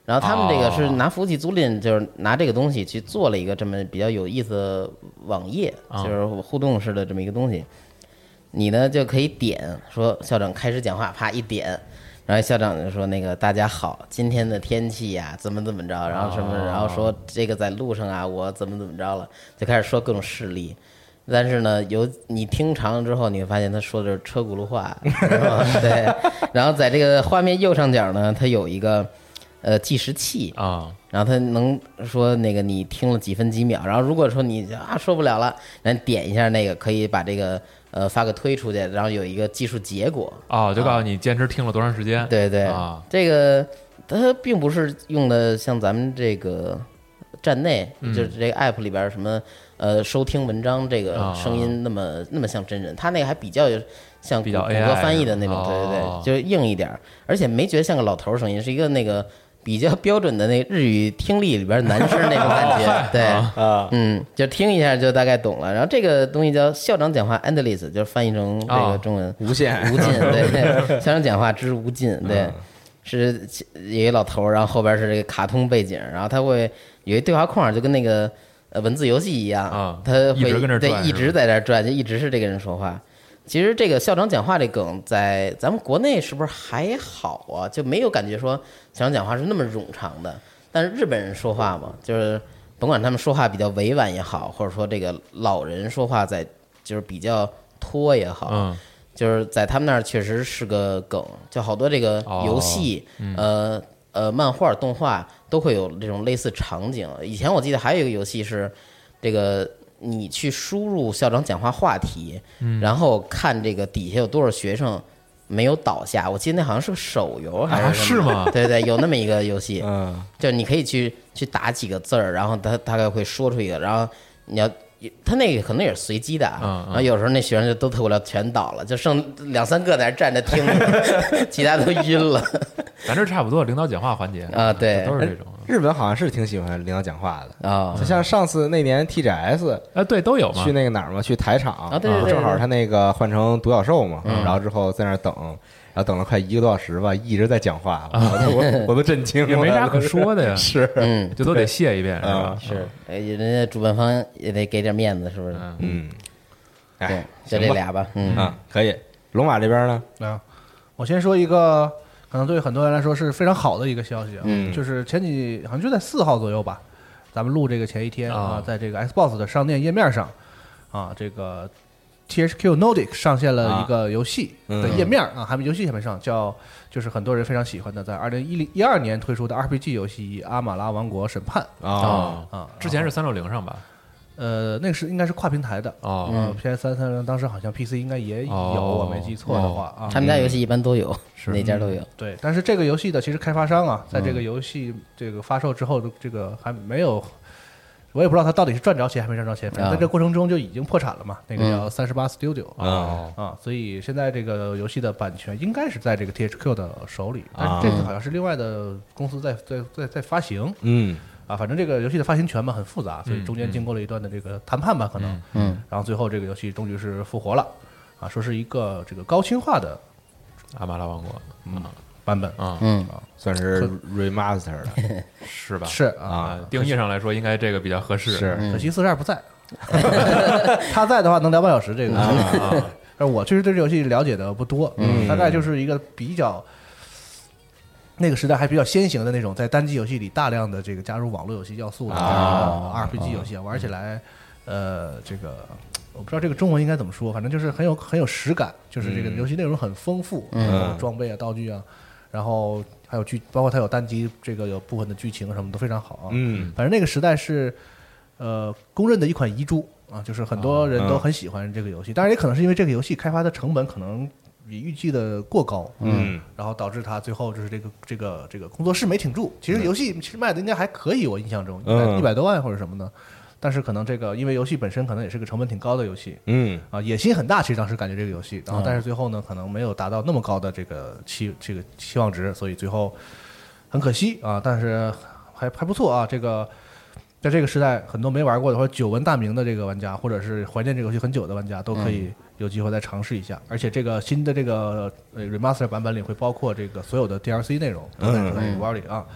然后他们这个是拿服务器租赁，就是拿这个东西去做了一个这么比较有意思的网页，就是互动式的这么一个东西。你呢就可以点说校长开始讲话，啪一点，然后校长就说那个大家好，今天的天气呀、啊、怎么怎么着，然后什么，然后说这个在路上啊我怎么怎么着了，就开始说各种事例。但是呢，有你听长了之后，你会发现他说的是车轱辘话，对。然后在这个画面右上角呢，它有一个呃计时器啊， 然后它能说那个你听了几分几秒，然后如果说你啊受不了了，咱点一下那个可以把这个呃发个推出去，然后有一个计数结果哦，就告诉你坚持听了多长时间。 对对啊， 这个它并不是用的像咱们这个站内， 嗯、 就是这个 app 里边什么。呃，收听文章这个声音那么、哦、那么像真人，他那个还比较像谷歌翻译的那种，对对对， 哦、 就是硬一点，而且没觉得像个老头声音，是一个那个比较标准的那日语听力里边男生那种感觉，哦、对啊，嗯，就听一下就大概懂了。然后这个东西叫校长讲话 endless， 就是翻译成这个中文、 哦、无限无尽，对对，校长讲话之无尽，对，嗯、是有一老头，然后后边是这个卡通背景，然后他会有一对话框，就跟那个。呃，文字游戏一样， 啊， 他会一直跟对一直在那转，就一直是这个人说话。其实这个校长讲话这梗在咱们国内是不是还好啊？就没有感觉说校长讲话是那么冗长的。但是日本人说话嘛，就是甭管他们说话比较委婉也好，或者说这个老人说话在就是比较拖也好， 嗯， 就是在他们那儿确实是个梗，就好多这个游戏， 哦嗯、 呃。呃，漫画、动画都会有这种类似场景。以前我记得还有一个游戏是，这个你去输入校长讲话话题， 嗯、 然后看这个底下有多少学生没有倒下。我记得那好像是个手游还是、 啊、是吗？ 对对，有那么一个游戏， 嗯， 就你可以去去打几个字儿，然后他大概会说出一个，然后你要。他那个可能也是随机的啊， 嗯嗯、 然后有时候那学生就都特无聊，全倒了，就剩两三个在那站着听，其他都晕了。 咱这差不多，领导讲话环节啊，对， 都是这种。 日本好像是挺喜欢领导讲话的啊， 就像上次那年 T G S 啊，对，都有嘛， 去那个哪儿嘛，去台场啊，对对对， 正好他那个换成独角兽嘛，然后之后在那儿等。然后等了快一个多小时吧，一直在讲话，我我我都震惊了， 也没啥可说的呀， 是， 嗯， 就都得谢一遍，是吧？ 是，哎，人家主办方也得给点面子，是不是？ 嗯， 哎，就这俩吧，嗯啊，可以。龙马这边呢？ 啊，我先说一个，可能对很多人来说是非常好的一个消息啊， 嗯， 就是前几好像就在四号左右吧，咱们录这个前一天啊，在这个 Xbox 的商店页面上啊，这个。T H Q Nordic 上线了一个游戏的页面啊，嗯、还没游戏还没上，叫就是很多人非常喜欢的，在二零一零一二年推出的 R P G 游戏《阿马拉王国审判》 啊啊， 之前是三六零上吧？ 呃，那个是应该是跨平台的哦， 呃 ，P S 三三当时好像 P C 应该也有， 哦、 我没记错的话啊。 他们家游戏一般都有， 是哪家都有。 对，但是这个游戏的其实开发商啊，在这个游戏这个发售之后，这个还没有。我也不知道他到底是赚着钱还没赚着钱，反正在这过程中就已经破产了嘛。那个叫三十八 Studio 啊啊，所以现在这个游戏的版权应该是在这个 T H Q 的手里，但是这次好像是另外的公司在在在在发行。 嗯啊，反正这个游戏的发行权嘛很复杂，所以中间经过了一段的这个谈判吧，可能嗯， 然后最后这个游戏终于是复活了，啊，说是一个这个高清化的阿马拉王国嗯版本啊嗯啊， 算是 remaster 的， 是吧？ 是啊，定义上来说应该这个比较合适。 是， 可惜四十二不在，他在的话能聊半小时这个。 啊， 但我确实对这游戏了解的不多， 嗯大概就是一个比较。那个时代还比较先行的那种，在单机游戏里大量的这个加入网络游戏要素的啊 R P G 游戏，玩起来，呃，这个我不知道这个中文应该怎么说，反正就是很有很有实感，就是这个游戏内容很丰富， 嗯， 装备啊、道具啊，然后还有剧，包括它有单机，这个有部分的剧情什么都非常好啊。 嗯， 反正那个时代是呃公认的一款遗珠啊，就是很多人都很喜欢这个游戏，当然也可能是因为这个游戏开发的成本可能。比预计的过高， 嗯， 然后导致他最后就是这个这个这个工作室没挺住。其实游戏其实卖的应该还可以，我印象中一百一百多万或者什么的，但是可能这个因为游戏本身可能也是个成本挺高的游戏， 嗯啊，野心很大。其实当时感觉这个游戏，然后但是最后呢，可能没有达到那么高的这个期这个期望值，所以最后很可惜啊。但是还还不错啊，这个。在这个时代，很多没玩过的或者久闻大名的这个玩家，或者是怀念这个游戏很久的玩家，都可以有机会再尝试一下。而且这个新的这个呃 remaster 版本里会包括这个所有的 D L C 内容都在这个包里啊。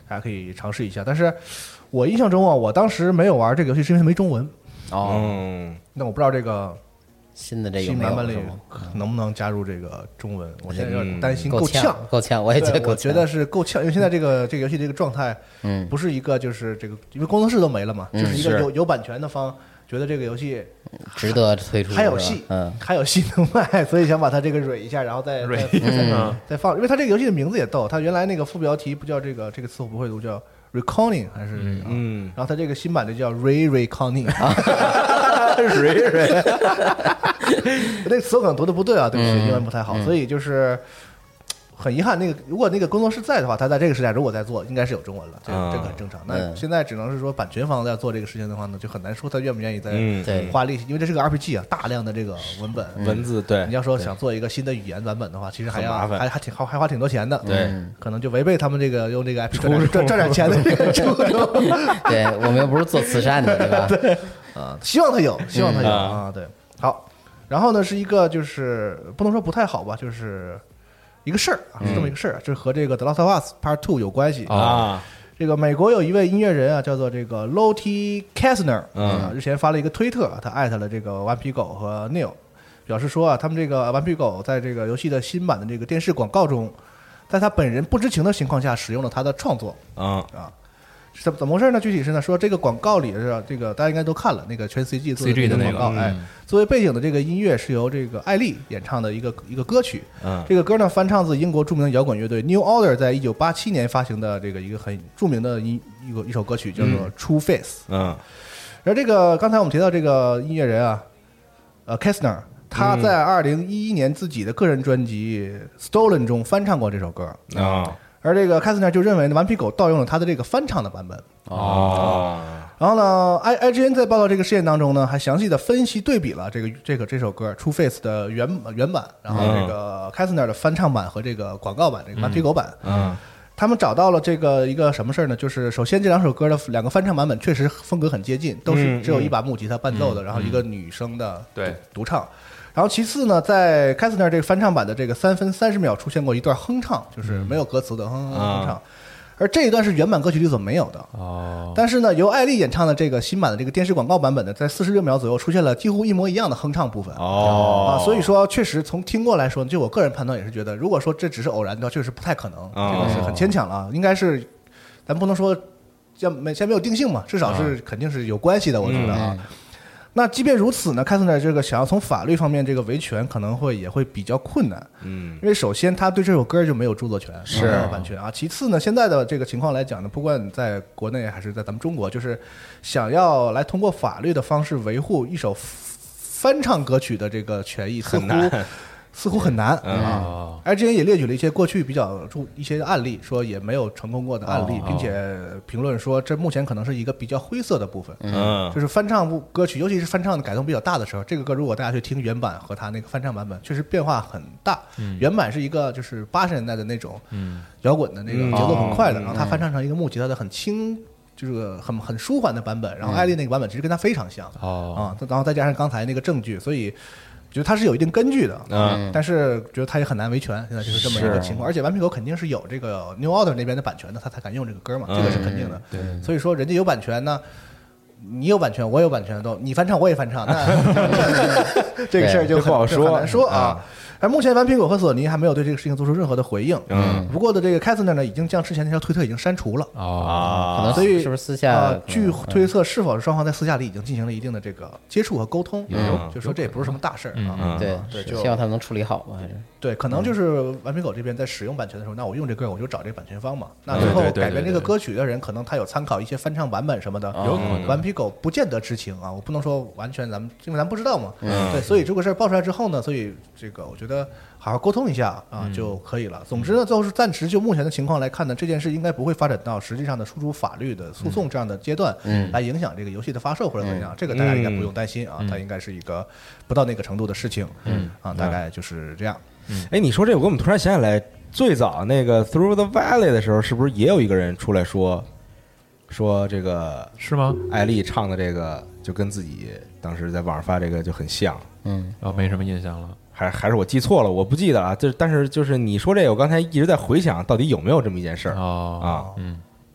大家可以尝试一下。但是我印象中啊，我当时没有玩这个游戏是因为没中文。 哦， 嗯， 那我不知道这个新的这个新没有版本里是吗？ 能不能加入这个中文，我现在有点担心， 够呛， 够呛，我也觉得够呛。 对我觉得是够呛，因为现在这个这个游戏这个状态， 嗯， 不是一个就是这个，因为工作室都没了嘛， 嗯就是一个是有有版权的方觉得这个游戏值得推出，是吧还有戏， 嗯， 还有戏能卖，所以想把它这个蕊一下，然后再蕊再再嗯再放，因为它这个游戏的名字也逗，它原来那个副标题不叫这个这个词我不会读，叫 Reconing 还是这个， 嗯， 然后它这个新版的叫 Ray Reconing， 蕊蕊， 那个词我可能读的不对啊，对不起， 嗯英文不太好， 嗯所以就是很遗憾，那个如果那个工作室在的话，他在这个时代如果在做，应该是有中文了，这个啊这个很正常。那嗯现在只能是说版权方在做这个事情的话呢，就很难说他愿不愿意再嗯， 对， 花力气，因为这是个 R P G 啊，大量的这个文本。 文字对你要说想做一个新的语言版本的话，其实还要很麻烦还还挺还还花挺多钱的。 对嗯可能就违背他们这个用这个 I P 赚点赚赚点钱的这个初衷。 对我们又不是做慈善的，对吧？ 啊，希望他有，希望他有嗯啊。对，好，然后呢是一个就是不能说不太好吧，就是一个事儿啊，是这么一个事儿啊，就是和这个《The Last of Us Part Two》有关系。 啊， 这个美国有一位音乐人啊，叫做这个 Lottie Kastner， 嗯啊，日前发了一个推特啊，他艾特了这个顽皮狗和 Neil，表示说啊，他们这个顽皮狗在这个游戏的新版的这个电视广告中，在他本人不知情的情况下使用了他的创作。 啊， 是怎么怎么回事呢？具体是呢，说这个广告里是这个大家应该都看了，那个全 C G 做 C G 的那个那个广告，哎，作为背景的这个音乐是由这个艾丽演唱的一个一个歌曲。 嗯， 这个歌呢翻唱自英国著名的摇滚乐队 New Order 在一九八七年发行的这个一个很著名的一一个一首歌曲，叫做《True Face》。 嗯， 然后这个刚才我们提到这个音乐人啊，呃 Kastner，他在二零一一年自己的个人专辑《Stolen》中翻唱过这首歌。 啊， 而这个 Kastner 就认为呢，顽皮狗盗用了他的这个翻唱的版本。 哦， 然后呢，I I G N 在报道这个事件当中呢，还详细的分析对比了这个这个这首歌《True Face》的原原版，然后这个 Kastner 的翻唱版和这个广告版这个顽皮狗版。 嗯， 他们找到了这个一个什么事儿呢？就是首先这两首歌的两个翻唱版本确实风格很接近，都是嗯只有一把木吉他伴奏的，然后一个女生的对独唱。然后其次呢，在 Kastner 这个翻唱版的这个三分三十秒出现过一段哼唱，就是没有歌词的哼哼哼唱，而这一段是原版歌曲里所没有的。 哦， 但是呢，由艾丽演唱的这个新版的这个电视广告版本呢，在四十六秒左右出现了几乎一模一样的哼唱部分。 哦啊，所以说确实从听过来说，就我个人判断也是觉得，如果说这只是偶然的话，确实不太可能， 哦这个是很牵强了啊。应该是，咱不能说像没先没有定性嘛，至少是肯定是有关系的，我觉得啊。那即便如此呢，开斯纳这个想要从法律方面这个维权可能会也会比较困难， 嗯， 因为首先他对这首歌就没有著作权， 是没有版权啊。其次呢，现在的这个情况来讲呢，不管在国内还是在咱们中国，就是想要来通过法律的方式维护一首翻唱歌曲的这个权益，似乎很难似乎很难嗯啊。 哦， 而之前也列举了一些过去比较注一些案例，说也没有成功过的案例哦， 并且评论说这目前可能是一个比较灰色的部分。 嗯就是翻唱部歌曲，尤其是翻唱的改动比较大的时候，这个歌如果大家去听原版和它那个翻唱版本，确实变化很大。原版是一个就是八十年代的那种嗯摇滚的那个嗯节奏很快的， 哦然后它翻唱成一个木吉他的很轻，就是很很舒缓的版本。然后艾丽那个版本其实跟它非常像哦， 啊，然后再加上刚才那个证据，所以觉得它是有一定根据的。 嗯但是觉得它也很难维权，现在就是这么一个情况。而且顽皮狗肯定是有这个 New Order 那边的版权的，他才敢用这个歌嘛，这个是肯定的。 对， 所以说人家有版权呢，你有版权，我有版权，都你翻唱我也翻唱，那这个事儿就这不好说很很难说啊。而目前顽皮狗和索尼还没有对这个事情做出任何的回应。 嗯不过的这个凯斯纳呢，已经将之前那条推特已经删除了。 哦， 可能所以是不是私下啊可能？ 据推测，是否是双方在私下里已经进行了一定的这个接触和沟通？ 嗯就说这也不是什么大事儿啊。 嗯对对就希望他能处理好吧，还是对，可能就是顽皮狗这边在使用版权的时候，那我用这歌我就找这个版权方嘛。那最后对对对改编这个对对歌曲的人，可能他有参考一些翻唱版本什么的， 有可能顽皮狗不见得知情啊，我不能说完全咱们，因为咱不知道嘛。 嗯对，所以这个事儿爆出来之后呢，所以这个我觉得好好沟通一下啊就可以了。总之呢，最后是暂时就目前的情况来看呢，这件事应该不会发展到实际上的输出法律的诉讼这样的阶段， 嗯来影响这个游戏的发售或者怎样，这个大家应该不用担心啊，它应该是一个不到那个程度的事情。 嗯啊，大概就是这样。 哎，你说这个，我怎么突然想起来，最早那个 Through the Valley 的时候，是不是也有一个人出来说，说这个是吗？ 艾丽唱的这个就跟自己当时在网上发这个就很像， 嗯哦，没什么印象了。 还还是我记错了，我不记得了。就但是就是你说这个，我刚才一直在回想，到底有没有这么一件事儿哦啊？ 嗯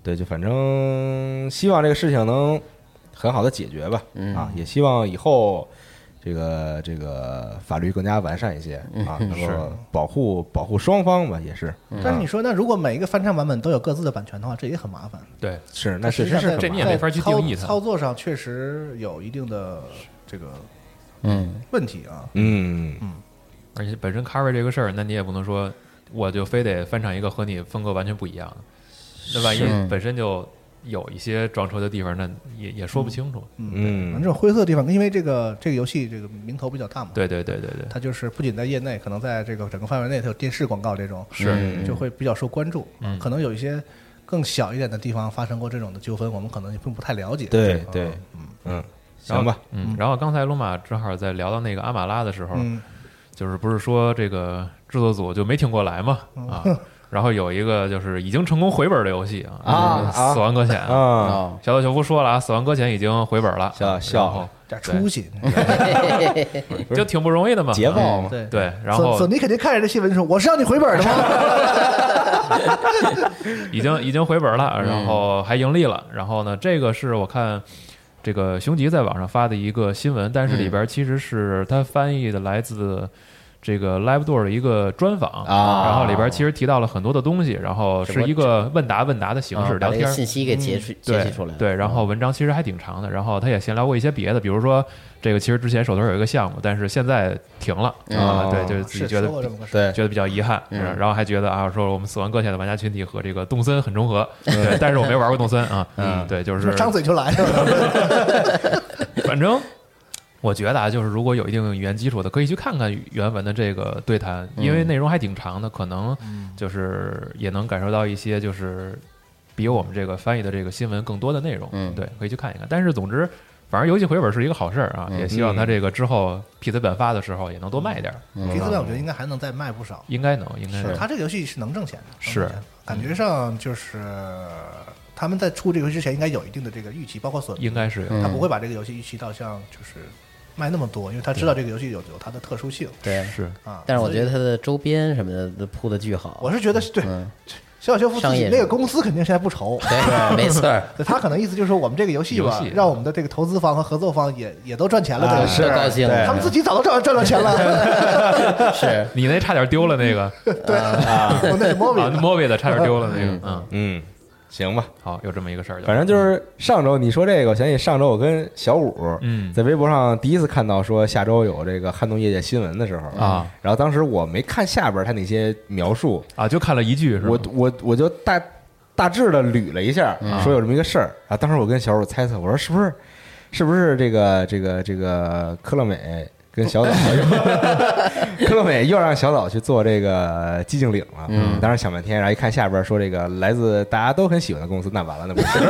对，就反正希望这个事情能很好的解决吧， 嗯啊，也希望以后这个这个法律更加完善一些啊，能够保护保护双方吧，也是。 但是你说，那如果每一个翻唱版本都有各自的版权的话，这也很麻烦。 对， 是，那确实是实是这你也没法去定义它。 操作上确实有一定的这个嗯问题啊。 嗯嗯， 而且本身 cover 这个事儿，那你也不能说我就非得翻唱一个和你风格完全不一样的，那万一本身就有一些撞车的地方，那也也说不清楚。 嗯，反正这种灰色的地方，因为这个这个游戏这个名头比较大嘛， 对对对对对， 它就是不仅在业内，可能在这个整个范围内，它有电视广告这种， 是就会比较受关注。 嗯可能有一些更小一点的地方发生过这种的纠纷，我们可能也并不太了解。 对对， 嗯嗯，行吧， 嗯。然后刚才龙马正好在聊到那个阿马拉的时候， 嗯， 就是不是说这个制作组就没挺过来嘛？啊。然后有一个就是已经成功回本的游戏啊， 啊死亡搁浅啊， 小岛秀夫说了啊，死亡搁浅已经回本了， 笑笑点出息， 就挺不容易的嘛， 捷报嘛， 对对。然后索尼肯定看着这新闻说，我是让你回本的吗？ 已经已经回本了，然后还盈利了。然后呢，这个是我看这个熊吉在网上发的一个新闻，但是里边其实是他翻译的来自这个 Live Door 的一个专访啊， 然后里边其实提到了很多的东西，然后是一个问答问答的形式聊天， 信息给截取截取出来。 对，然后文章其实还挺长的，然后他也闲聊过一些别的，比如说这个其实之前手头有一个项目，但是现在停了啊，对，就是自己觉得对觉得比较遗憾，然后还觉得啊，说我们死亡搁浅的玩家群体和这个动森很重合，对，但是我没玩过动森啊，嗯，对，就是张嘴就来， 反正。我觉得啊，就是如果有一定语言基础的，可以去看看原文的这个对谈，因为内容还挺长的，可能就是也能感受到一些就是比我们这个翻译的这个新闻更多的内容。 嗯， 对，可以去看一看。但是总之，反正游戏回本是一个好事儿啊，也希望它这个之后 P C 版发的时候也能多卖一点。 P C 版我觉得应该还能再卖不少， 应该能，应该能。 它这个游戏是能挣钱的， 是感觉上就是他们在出这个游戏之前应该有一定的这个预期，包括索尼， 应该是他不会把这个游戏预期到像就是。卖那么多，因为他知道这个游戏有有它的特殊性。 对， 是啊。 但是我觉得它的周边什么的都铺的巨好。 我是觉得对，小岛秀夫自己那个公司肯定现在不愁。 对，没错。 他可能意思就是说，我们这个游戏吧，让我们的这个投资方和合作方也也都赚钱了，对， 是高兴。 他们自己早都赚赚到钱了。 是你那差点丢了那个， 对啊，我那是莫比的， 莫比的差点丢了那个，嗯嗯。行吧， 好，有这么一个事儿， 反正就是上周你说这个，我想起上周我跟小五嗯在微博上第一次看到说下周有这个撼动业界新闻的时候啊， 然后当时我没看下边他那些描述啊，就看了一句，是我我我就大大致的捋了一下，说有这么一个事儿啊，当时我跟小五猜测，我说是不是是不是这个这个这个科乐美跟小岛，科乐美又让小岛去做这个寂静岭了。嗯，当时想半天，然后一看下边说这个来自大家都很喜欢的公司，那完了，那不是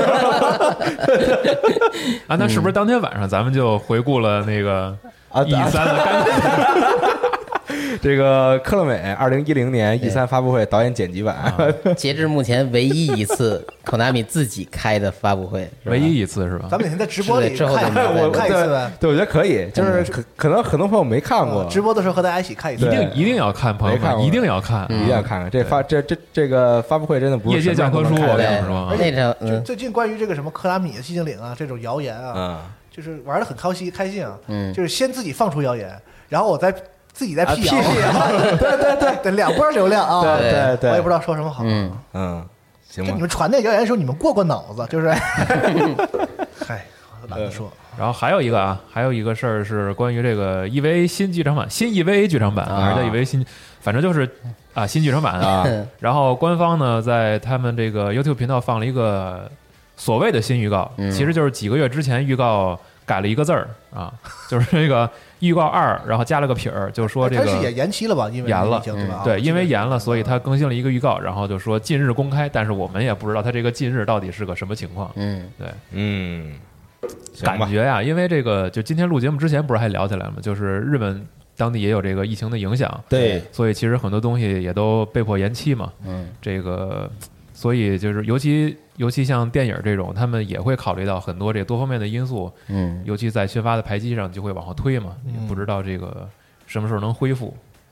啊？那是不是当天晚上咱们就回顾了那个 E 三的干脆？ 这个科乐美二零一零年 E 三发布会导演剪辑版， 啊、截至目前唯一一次 Konami 自己开的发布会， 唯一一次是吧？ 咱们每天在直播里之后看我看一次呗。 对，我觉得可以，就是可可能很多朋友没看过， 直播的时候和大家一起看一次， 一定一定要看，朋友们一定要看， 一定要看看。这发这这这个发布会真的不是业界教科书，我跟你说。 而且最近关于这个什么科拉米、寂静岭啊这种谣言啊，就是玩的很开心开心啊，就是先自己放出谣言，然后我再。自己在辟谣，对对对对，两波流量啊， 对对对， 我也不知道说什么好， 嗯嗯，行吧。 就你们传那谣言的时候，你们过过脑子，就是，嗨，懒得说。 然后还有一个啊，还有一个事儿是关于这个 E V A 新剧场版，新 E V A 剧场版还是叫 E V A 新，反正就是啊新剧场版啊。然后官方呢在他们这个 YouTube 频道放了一个所谓的新预告，其实就是几个月之前预告改了一个字儿啊，就是这个。预告二，然后加了个撇儿，就说这个它是也延期了吧？因为延了， 对吧？ 对，因为延了，所以它更新了一个预告，然后就说近日公开，但是我们也不知道它这个近日到底是个什么情况。 嗯， 对， 嗯， 感觉呀，因为这个，就今天录节目之前不是还聊起来了吗？就是日本当地也有这个疫情的影响， 对， 所以其实很多东西也都被迫延期嘛。 嗯， 这个。所以就是尤其尤其像电影这种，他们也会考虑到很多这多方面的因素， 嗯， 尤其在宣发的排期上就会往后推嘛，也不知道这个什么时候能恢复。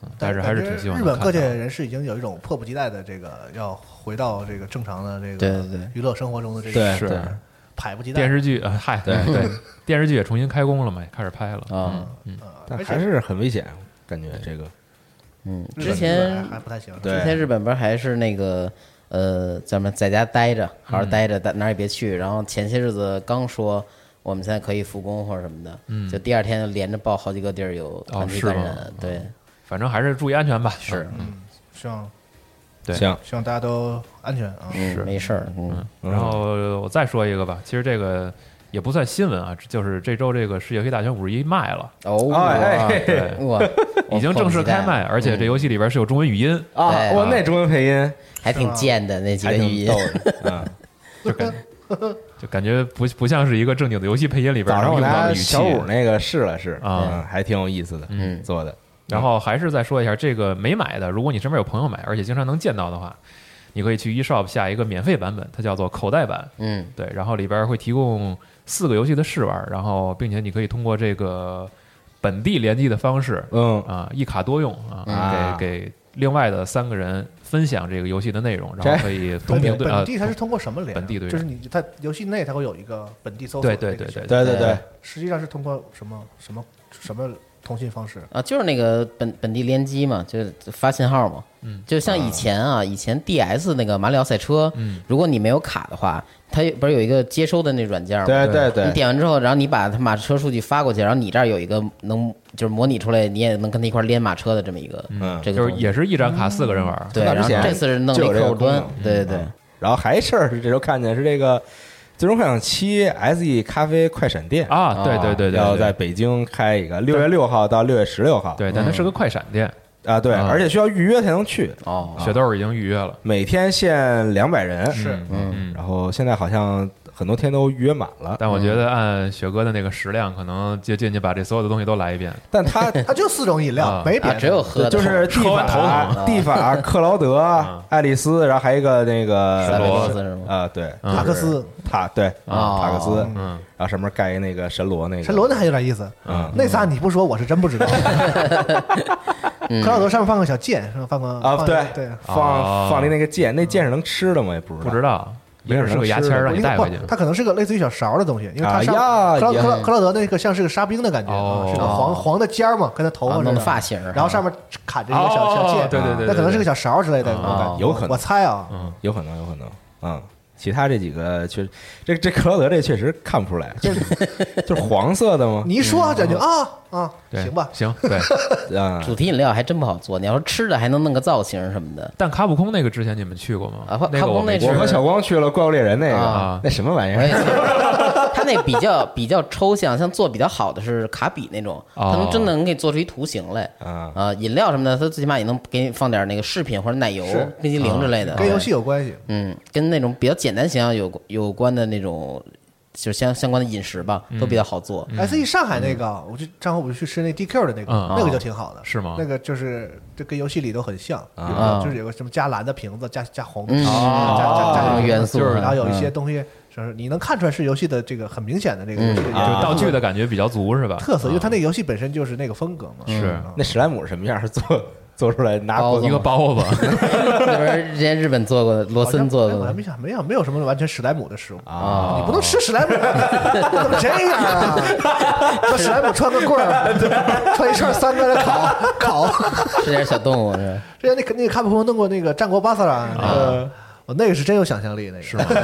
但是还是挺希望日本各界人士已经有一种迫不及待的这个要回到这个正常的这个娱乐生活中的这个是迫不及待。 电视剧啊，嗨，对对，电视剧也重新开工了嘛，也开始拍了啊， 嗯， 但还是很危险，感觉这个， 嗯，之前还不太行。 之前日本不是还是那个呃，咱们在家待着，好好待着，哪儿也别去。然后前些日子刚说我们现在可以复工或者什么的，嗯，就第二天连着报好几个地儿有团体感染，对， 反正还是注意安全吧。 是， 嗯，希望。 对， 行， 希望大家都安全啊， 是没事儿。嗯， 然后我再说一个吧，其实这个也不算新闻啊，就是这周这个世界游戏大全五十一卖了哦， 对， 哇， 已经正式开卖，而且这游戏里边是有中文语音啊，哇，那中文配音还挺贱的，那几个语音， 嗯， 就感就感觉不不像是一个正经的游戏配音里边用到的语气。 小五那个试了试啊， 还挺有意思的， 嗯， 做的。 然后还是再说一下，这个没买的，如果你身边有朋友买，而且经常能见到的话，你可以去 eShop 下一个免费版本，它叫做口袋版。 嗯， 对，然后里边会提供四个游戏的试玩，然后并且你可以通过这个本地联机的方式， 嗯啊，一卡多用啊， 啊给给另外的三个人分享这个游戏的内容，然后可以同屏对。 本地它是通过什么连？ 本地对， 就是你它游戏内它会有一个本地搜索。 对对对对对对对， 实际上是通过什么什么什么？通信方式啊，就是那个本本地联机嘛，就是发信号嘛。 嗯， 就像以前啊，以前 D S 那个马里奥赛车， 嗯， 如果你没有卡的话，它不是有一个接收的那软件吗？ 对对对， 你点完之后，然后你把它马车数据发过去，然后你这儿有一个能就是模拟出来，你也能跟它一块连马车的这么一个， 嗯， 这个就是也是一张卡四个人玩。 对，然后这次是弄那客户端，对对对。 然后还事儿是这周看见是这个。最终幻想七 S E 咖啡快闪店啊，对对对对， 要在北京开一个，六月六号到六月十六号。 对，但它是个快闪店啊，对，而且需要预约才能去。 哦， 雪豆已经预约了， 每天限两百人， 是， 嗯，然后现在好像很多天都预约满了。 但我觉得按雪哥的那个食量，可能就进去把这所有的东西都来一遍。 但他他就四种饮料，没别的， 只有喝， 就是蒂法、蒂法、克劳德、爱丽丝，然后还有一个那个神罗是吗？ 啊，对， 塔克斯， 塔对啊， 塔克斯， 嗯， 然后上面盖一那个神罗那个， 神罗那还有点意思， 嗯， 那仨你不说我是真不知道。克劳德上面放个小剑，上面放个啊，对对， 放放的那个剑，那剑是能吃的吗？也不知道， 不知道。没准是个牙签让你带回去， 它可能是个类似于小勺的东西，因为它上克劳克克劳德那个像是个沙冰的感觉，是个黄黄的尖儿嘛，跟他头发似的发型， 然后上面砍着一个小小剑， 对对对， 那可能是个小勺之类的， 有可能， 我猜啊， 嗯，有可能，有可能，嗯。其他这几个确实，这这克劳德这确实看不出来，就是就是黄色的吗？ 你一说感觉啊啊，行吧， 行，对啊， 主题饮料还真不好做，你要说吃的还能弄个造型什么的。 但卡普空那个之前你们去过吗？ 啊，卡普空那我和小光去了怪物猎人那个，那什么玩意儿？他那比较比较抽象，像做比较好的是卡比那种，他能真的能给你做出一图形来啊啊！饮料什么的，他最起码也能给你放点那个饰品或者奶油、冰激凌之类的， 跟游戏有关系。 嗯，跟那种比较简单形象有有关的那种。就是相相关的饮食吧，都比较好做。 S E 上海那个，我就上回我就去吃那 D Q 的那个，那个就挺好的， 是吗？ 那个就是就跟游戏里都很像，就是有个什么加蓝的瓶子，加加红的， 加加加元素， 然后有一些东西，就是你能看出来是游戏的这个很明显的这个游戏的道具的感觉比较足，是吧？ 特色，因为它那个游戏本身就是那个风格嘛。 是那史莱姆什么样？做做出来拿一个包子， 那边之前日本做过，罗森做过， 没想没想没有什么完全史莱姆的食物啊！ 你不能吃史莱姆，怎么这样啊？说史莱姆穿个棍儿，穿一串三个来烤烤， 吃点小动物是。 之前那那个卡普空弄过那个战国巴萨拉，我那个是真有想象力，那个是吗？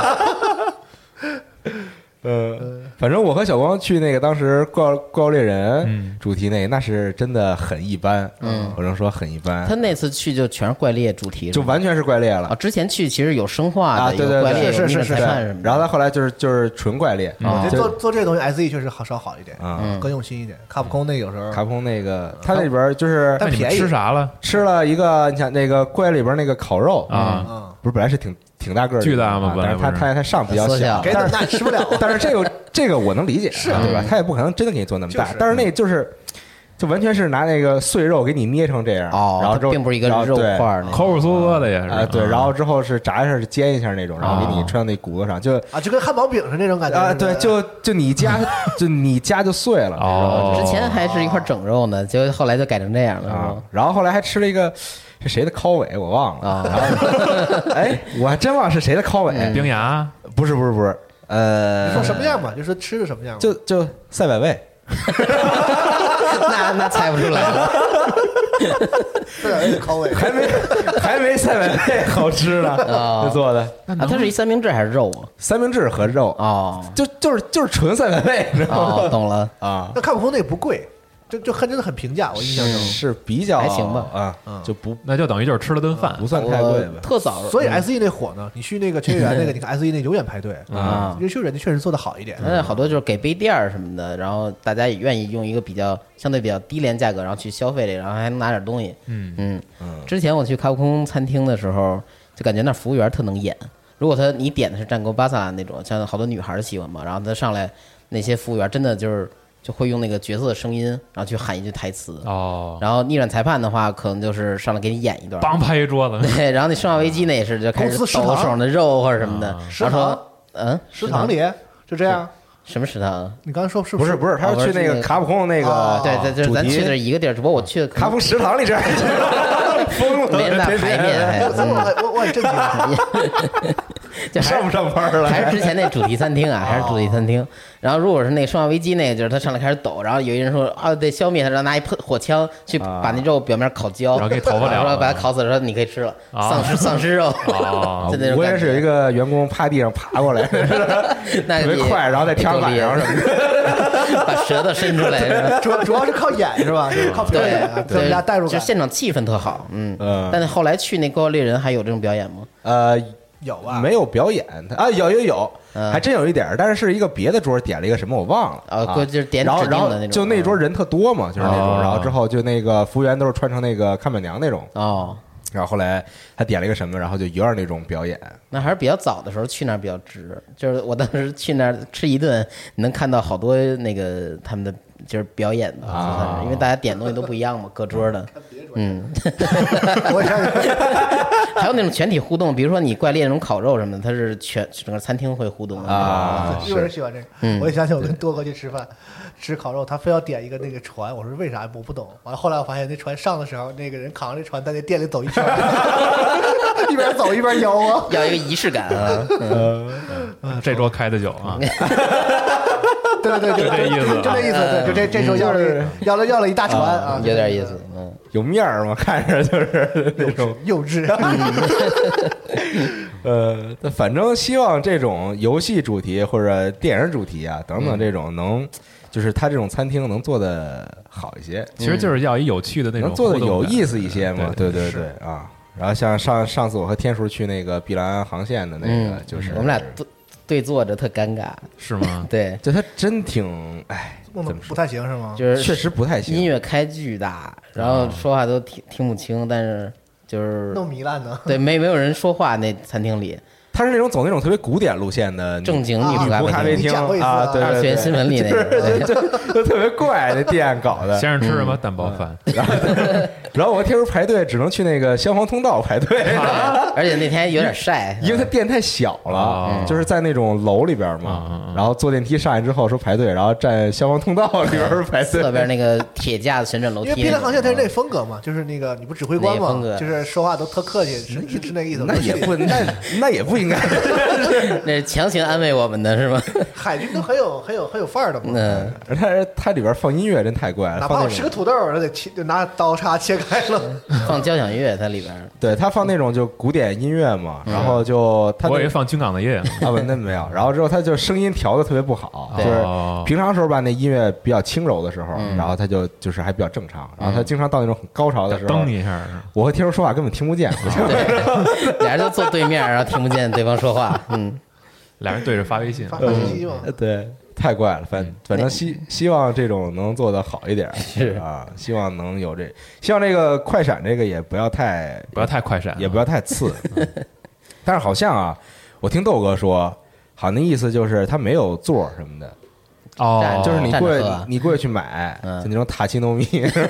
呃，反正我和小光去那个当时怪怪物猎人主题那个，那是真的很一般， 嗯， 我能说很一般。 他那次去就全是怪猎主题， 就完全是怪猎了啊！之前去其实有生化的， 对对对， 是是是， 然后他后来就是就是纯怪猎。 我觉得做做这个东西 S E 确实好稍好一点，嗯，更用心一点。卡普空那有时候， 卡普空那个他那里边就是但便宜， 吃啥了？ 吃了一个，你想那个怪里边那个烤肉啊， 不是本来是挺。挺大个儿， 巨大嘛， 但是它它它上比较小， 但是那吃不了。 但是这个这个我能理解，是对吧？他也不可能真的给你做那么大，但是那个就是就完全是拿那个碎肉给你捏成这样， 哦， 然后之后并不是一个肉块儿， 抠抠缩缩的也是啊，对，然后之后是炸一下、煎一下那种，然后给你穿到那骨头上，就啊，就跟汉堡饼是那种感觉啊，对，就就你夹，就你夹就碎了。 哦， 之前还是一块整肉呢，结果后来就改成这样了， 啊。然后后来还吃了一个是谁的烤尾，我忘了啊。哎，我还真忘了是谁的烤尾， 冰牙？ 不是不是不是，呃， 你说什么样吧？就说吃的什么样？ 就就赛百味。 那那猜不出来了， 赛百味的烤尾还没还没赛百味好吃呢，就做的啊，它是一三明治还是肉啊？ 三明治和肉哦， 就就是就是纯赛百味，你知道吗？ 哦，懂了啊。 那卡普空那也不贵，就就很真的很平价，我印象中是比较还行吧啊，就不那就等于就是吃了顿饭， 不算太贵吧。 特早， 所以 S E 那火呢，你去那个秋叶原那个，你看 S E 那永远排队啊， 因为秋叶原那确实做的好一点。 那好多就是给杯垫儿什么的，然后大家也愿意用一个比较相对比较低廉价格，然后去消费这个，然后还能拿点东西。 嗯嗯嗯。之前我去卡普空餐厅的时候，就感觉那服务员特能演。如果他你点的是战国巴萨那种，像好多女孩喜欢嘛，然后他上来那些服务员真的就是就会用那个角色的声音，然后去喊一句台词。 哦。 然后逆转裁判的话，可能就是上来给你演一段， 梆拍一桌子。 对，然后那生化危机那也是就开始抖手上的肉或者什么的，然后说嗯， 食堂里就这样。 什么食堂？ 你刚才说是不是不是？他是去那个卡普空那个， 对对对，咱去的是一个地儿，只不过我去的卡普食堂里这样，疯了， 没人大排面， 我我我很震惊， 就上不上班了？ 还是之前那主题餐厅啊，还是主题餐厅。然后如果是那个生化危机那个，就是他上来开始抖，然后有一人说啊得消灭他，然后拿一喷火枪去把那肉表面烤焦， 然后给头发了， 说把它烤死了，说你可以吃了，丧尸丧尸肉。 我也是有一个员工趴地上爬过来， 那特别快，然后在天花板上什么的， 把舌头伸出来， 主主要是靠演是吧？就是靠表演，增加代入感。 就现场气氛特好，嗯嗯。但是后来去那《怪物猎人》还有这种表演吗？ 呃。 有啊， 没有表演啊，有有有，还真有一点，但是是一个别的桌点了一个什么我忘了啊，就是点然后然后就那桌人人特多嘛，就是那种，然后之后就那个服务员都是穿成那个看板娘那种哦， 然后后来他点了一个什么，然后就有点那种表演。 那还是比较早的时候去那儿比较值，就是我当时去那儿吃一顿，能看到好多那个他们的就是表演的啊，因为大家点东西都不一样嘛，各桌的，嗯， 我也还有那种全体互动，比如说你怪猎那种烤肉什么的，它是全整个餐厅会互动的啊。 有人喜欢这个，我也想起我跟多哥去吃饭，吃烤肉，他非要点一个那个船，我说为啥？我不懂。完了后来我发现那船上的时候，那个人扛着船在那店里走一圈，一边走一边摇啊， 要一个仪式感啊。 这桌开的酒啊。 对对对， 就这意思， 就这意思，对，就这这时候要了要了要了一大船啊， 有点意思，嗯， 有面儿嘛，看着就是那种幼稚。 呃，反正希望这种游戏主题或者电影主题啊等等这种能，就是他这种餐厅能做的好一些。 其实就是要一有趣的那种， 能做的有意思一些嘛，对对对啊。然后像上上次我和天叔去那个碧蓝安航线的那个，就是我们俩对对坐着特尴尬， 是吗？ 对， 就他真挺哎，怎么不太行是吗？ 就是确实不太行， 音乐开巨大，然后说话都听听不清，但是就是弄糜烂呢。 对，没没有人说话那餐厅里。 他是那种走那种特别古典路线的正经女仆咖啡厅啊，对二次元新闻里那个， 就就特别怪那店搞的。 先生吃什么蛋包饭？ 然后然后我听说排队只能去那个消防通道排队， 而且那天有点晒， 因为它店太小了，就是在那种楼里边嘛。然后坐电梯上来之后说排队，然后站消防通道里边排队。 侧边那个铁架子旋转楼梯， 因为碧蓝航线它是那风格嘛，就是那个你不指挥官嘛，就是说话都特客气，是是那个意思。 那也不那那也不应该。 那是强行安慰我们的是吗？ 海军都很有很有很有范儿的嘛。 嗯， 它它里边放音乐真太怪了， 哪怕我吃个土豆，它得切就拿刀叉切开了。 放交响乐，它里边对它放那种就古典音乐嘛，然后就它我以为放军港的夜啊不那没有，然后之后它就声音调的特别不好，就是平常时候吧那音乐比较轻柔的时候，然后它就就是还比较正常，然后它经常到那种很高潮的时候， 噔一下， 我和天叔说话根本听不见， 俩人就坐对面，然后听不见对方说话。嗯， 俩人对着发微信， 发信息嘛。 对，太怪了。反反正希希望这种能做得好一点， 是啊，希望能有这，希望这个快闪这个也不要太不要太快闪， 也不要太次。但是好像啊，我听豆哥说，好像那意思就是他没有座什么的。 哦， 就是你过去站着喝你过去去买， 嗯就那种塔奇诺米，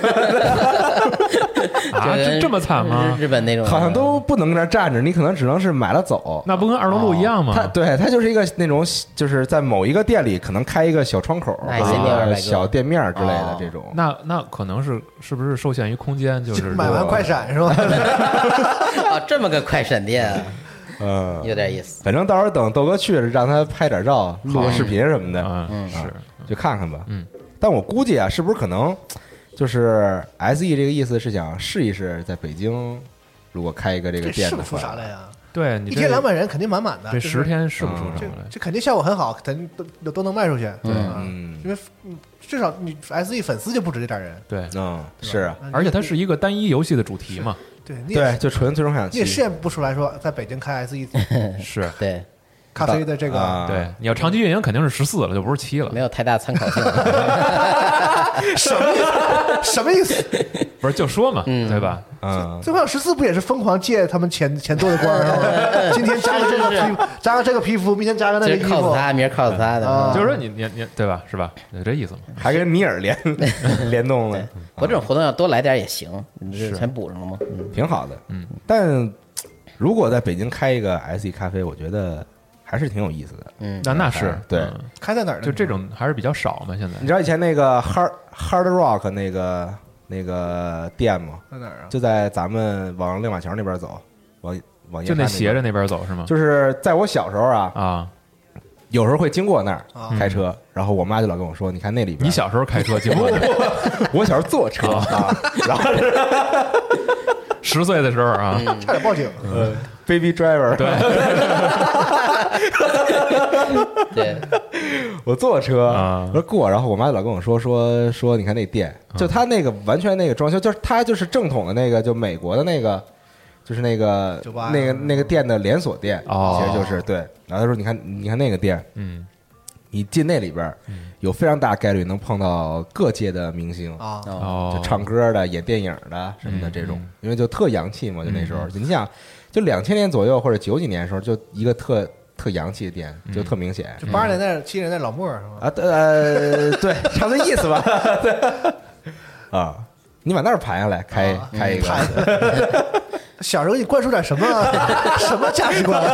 啊，这这么惨吗？ 日日本那种好像都不能跟那儿站着，你可能只能是买了走。 那不跟二龙路一样吗？ 它对它就是一个那种，就是在某一个店里可能开一个小窗口， 那或者一个也得二百个小店面之类的哦这种。 那那可能是是不是受限于空间？就是买完快闪是吧？ 啊，这么个快闪店啊， 嗯， 有点意思。 反正到时候等豆哥去了，让他拍点照，录个视频什么的， 啊， 嗯是就看看吧。 嗯， 但我估计啊，是不是可能就是 S E 这个意思是想试一试，在北京如果开一个这个这试不店的话， 出啥来呀？ 对你一天两百人肯定满满的， 这就是十天试不出嗯什么来。 这肯定效果很好，肯定都都能卖出去。 嗯啊嗯因为嗯至少你 S E 粉丝就不止这点人， 对， 嗯，是啊， 那你而且它是一个单一游戏的主题嘛。 对，你也对，就纯最终幻想七你也试验不出来说在北京开 S E 是， 对， 咖啡的这个啊对，你要长期运营肯定是十四了，就不是七了没。有太大参考性。 什么意思？什么意思？ 不是就说嘛， 嗯对吧？ 嗯， 最后十四不也是疯狂借他们前前做的官儿吗？今天加个这个皮肤，加个这个皮肤，明天加个那今儿个衣 cos 服。 他，明儿 cos 他的。 啊就是说你你你对吧？是吧？就这意思嘛。 还跟尼尔联联动了， 我这种活动要多来点也行，你这全补上了吗？嗯， 挺好的。 嗯， 但如果在北京开一个 S E 咖啡，我觉得还是挺有意思的。 嗯， 那那是对嗯开在哪儿呢？ 就这种还是比较少嘛。现在你知道以前那个 Hard Hard Rock 那个那个店吗？ 在哪儿啊？ 就在咱们往亮马桥那边走，往往就那那斜着那边走是吗？ 就是在我小时候啊， 啊， 有时候会经过那儿啊开车，然后我妈就老跟我说：“你看那里边。” 你小时候开车经过的， 我小时候坐车啊，然后十岁的时候啊， 差点报警。 呃 Baby Driver， 对， 对， 我坐车啊我说过，然后我妈就老跟我说说说，你看那店，就他那个完全那个装修，就是他就是正统的那个，就美国的那个，就是那个酒吧那个那个店的连锁店， 哦其实就是对。然后他说，你看你看那个店， 嗯， 你进那里边有非常大概率能碰到各界的明星。 啊， 哦， 就唱歌的、演电影的什么的嗯这种嗯， 因为就特洋气嘛，就那时候，你想，就两千年左右或者九几年的时候，就一个特特洋气的店，就特明显。 就八十年代、七十年代老莫是吧？ 啊，对呃，对，差不多意思吧。对啊，你把那儿盘下来，开啊开一个， 小时候你灌输点什么什么价值观？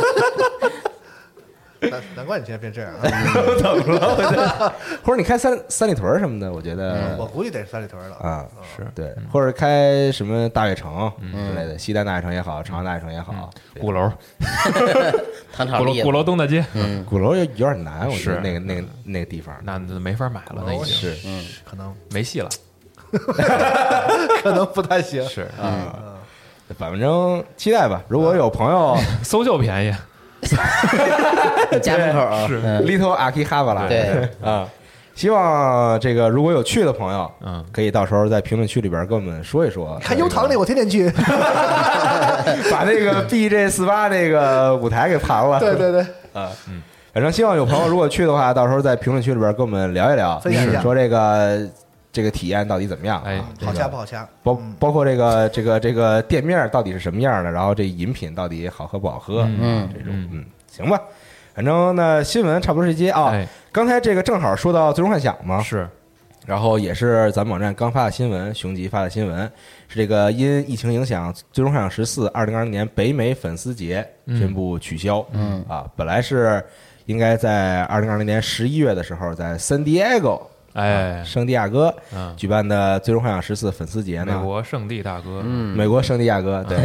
难难怪你现在变这样啊！ 怎么了？或者你开三三里屯什么的，我觉得我估计得是三里屯了。 啊是对，或者开什么大悦城之类的，西单大悦城也好，长安大悦城也好， 鼓楼， 糖炒栗子鼓楼鼓楼东大街， 嗯， 鼓楼有有点难，我觉得是那个那个那个地方那没法买了，那已经是嗯， 可能没戏了。 可能不太行。 是啊，反正期待吧。如果有朋友搜救便宜， 家门口是嗯 Little Akihabara， 对啊，希望这个如果有去的朋友， 嗯， 可以到时候在评论区里边跟我们说一说。 看优唐那，我天天去。 把那个 B J 四八这个舞台给盘了。 对对对， 啊，嗯，反正希望有朋友如果去的话，到时候在评论区里边跟我们聊一聊， 分享一下说这个这个体验到底怎么样啊？ 哎好这个掐不好掐？ 包包括这个这个这个店面到底是什么样的，然后这饮品到底好喝不好喝， 嗯这种嗯，行吧。反正呢，新闻差不多这些啊。 哎刚才这个正好说到《最终幻想》嘛， 是然后也是咱们网站刚发的新闻，雄吉发的新闻是这个因疫情影响，《最终幻想十四》二零二零年北美粉丝节宣布取消。 嗯啊，本来是应该在二零二零年十一月的时候，在 San Diego， 哎啊圣地亚哥嗯举办的《最终幻想十四》粉丝节美呢， 国圣地大哥， 嗯， 美国圣地亚哥对。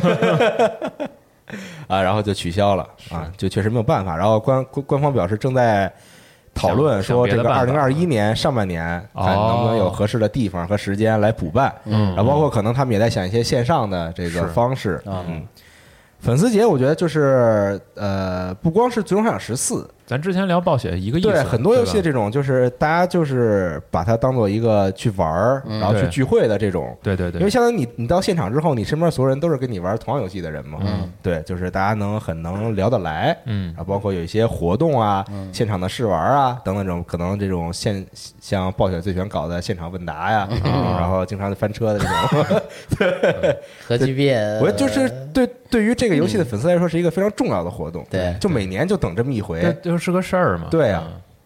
啊，然后就取消了啊，就确实没有办法。然后官官官方表示正在讨论想说，这个想别的办法二零二一年上半年看能不能有合适的地方和时间来补办。 嗯然后包括可能他们也在想一些线上的这是个方式。 啊嗯，粉丝节我觉得就是呃，不光是《最终幻想十四》， 咱之前聊暴雪一个意思， 对很多游戏对吧这种就是大家就是把它当做一个去玩儿， 嗯对然后去聚会的这种。 对对对， 因为相当于你你到现场之后，你身边所有人都是跟你玩同样游戏的人嘛。 嗯， 对，就是大家能很能聊得来。 嗯啊，包括有一些活动啊、 嗯现场的试玩啊等等这种，可能这种现像暴雪最喜欢搞的现场问答呀， 嗯然后经常翻车的这种， 核聚变， 我觉得就是对对于这个游戏的粉丝来说是一个非常重要的活动。 对就每年就等这么一回。 这就是个事儿嘛。 对啊嗯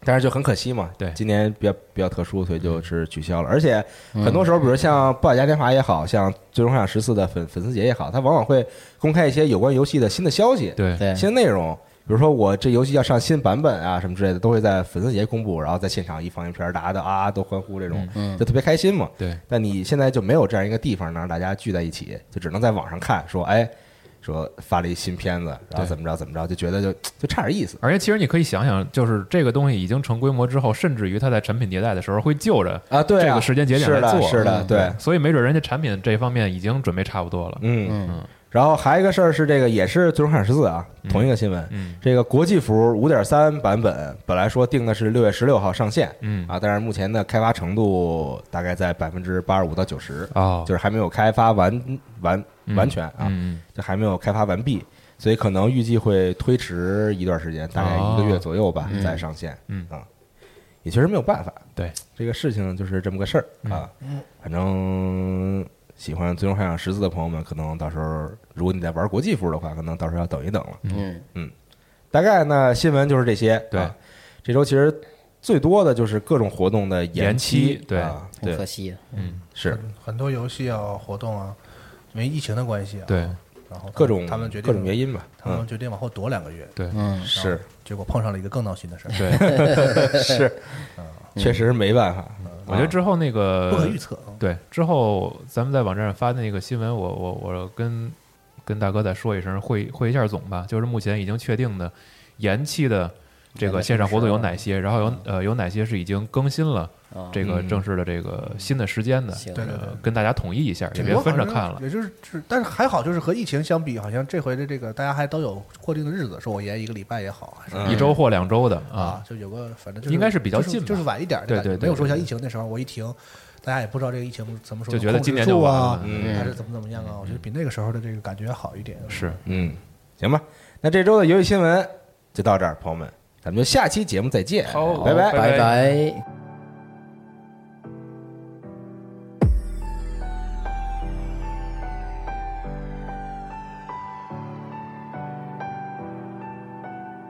但是就很可惜嘛， 对， 今年比较比较特殊，所以就是取消了。而且很多时候，比如像《暴雪嘉年华》也好像《最终幻想十四》的粉粉丝节也好，它往往会公开一些有关游戏的新的消息， 对对， 新的内容。比如说我这游戏要上新版本啊什么之类的，都会在粉丝节公布，然后在现场一放映片，大家都啊都欢呼，这种、 嗯、 就特别开心嘛。 对， 但你现在就没有这样一个地方能让大家聚在一起，就只能在网上看，说哎，说发了一新片子，然后怎么着怎么着，就觉得就就差点意思。 而且其实你可以想想，就是这个东西已经成规模之后，甚至于它在产品迭代的时候会就着啊对这个时间节点来做， 是的，是的， 嗯、 对， 所以没准人家产品这方面已经准备差不多了。 嗯嗯。然后还有一个事儿是这个也是《最终幻想十四》啊，同一个新闻。 嗯， 这个国际服五点三版本本来说定的是六月十六号上线， 嗯啊，但是目前的开发程度大概在百分之八十五到九十， 哦， 就是还没有开发完完完全啊， 嗯， 就还没有开发完毕，所以可能预计会推迟一段时间，大概一个月左右吧， 哦、 再上线。 嗯啊，也确实没有办法， 对这个事情就是这么个事儿啊， 嗯， 反正。喜欢《最终幻想十四》的朋友们，可能到时候如果你在玩国际服的话，可能到时候要等一等了。 嗯嗯，大概呢新闻就是这些。 对， 啊、这周其实最多的就是各种活动的延期。 对， 啊、对， 很可惜。 嗯， 是很多游戏啊活动啊，因为疫情的关系啊， 对， 然后各种他们决定各种原因吧， 他们决定往后躲两个月。 对， 嗯， 是， 结果碰上了一个更闹心的事儿。 对， 是，确实没办法。 我觉得之后那个不可预测。 对，之后咱们在网站上发的那个新闻，我我我跟跟大哥再说一声，汇汇一下总吧。就是目前已经确定的延期的这个线上活动有哪些，然后有呃有哪些是已经更新了这个正式的这个新的时间的， 对对对， 跟大家统一一下，也别分着看了。 也就是是，但是还好，就是和疫情相比，好像这回的这个大家还都有固定的日子，说我延一个礼拜也好，还是一周或两周的啊，就有个反正就是应该是比较近， 就是晚一点的， 对对， 没有说像疫情那时候我一停。大家也不知道这个疫情怎么说， 就觉得今年就完了， 嗯、 还是怎么怎么样啊？我觉得比那个时候的这个感觉好一点。 是， 嗯，行吧。那这周的游戏新闻就到这儿，朋友们，咱们就下期节目再见。 好， 拜拜， 拜拜。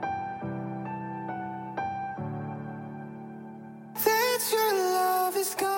That your love is gone.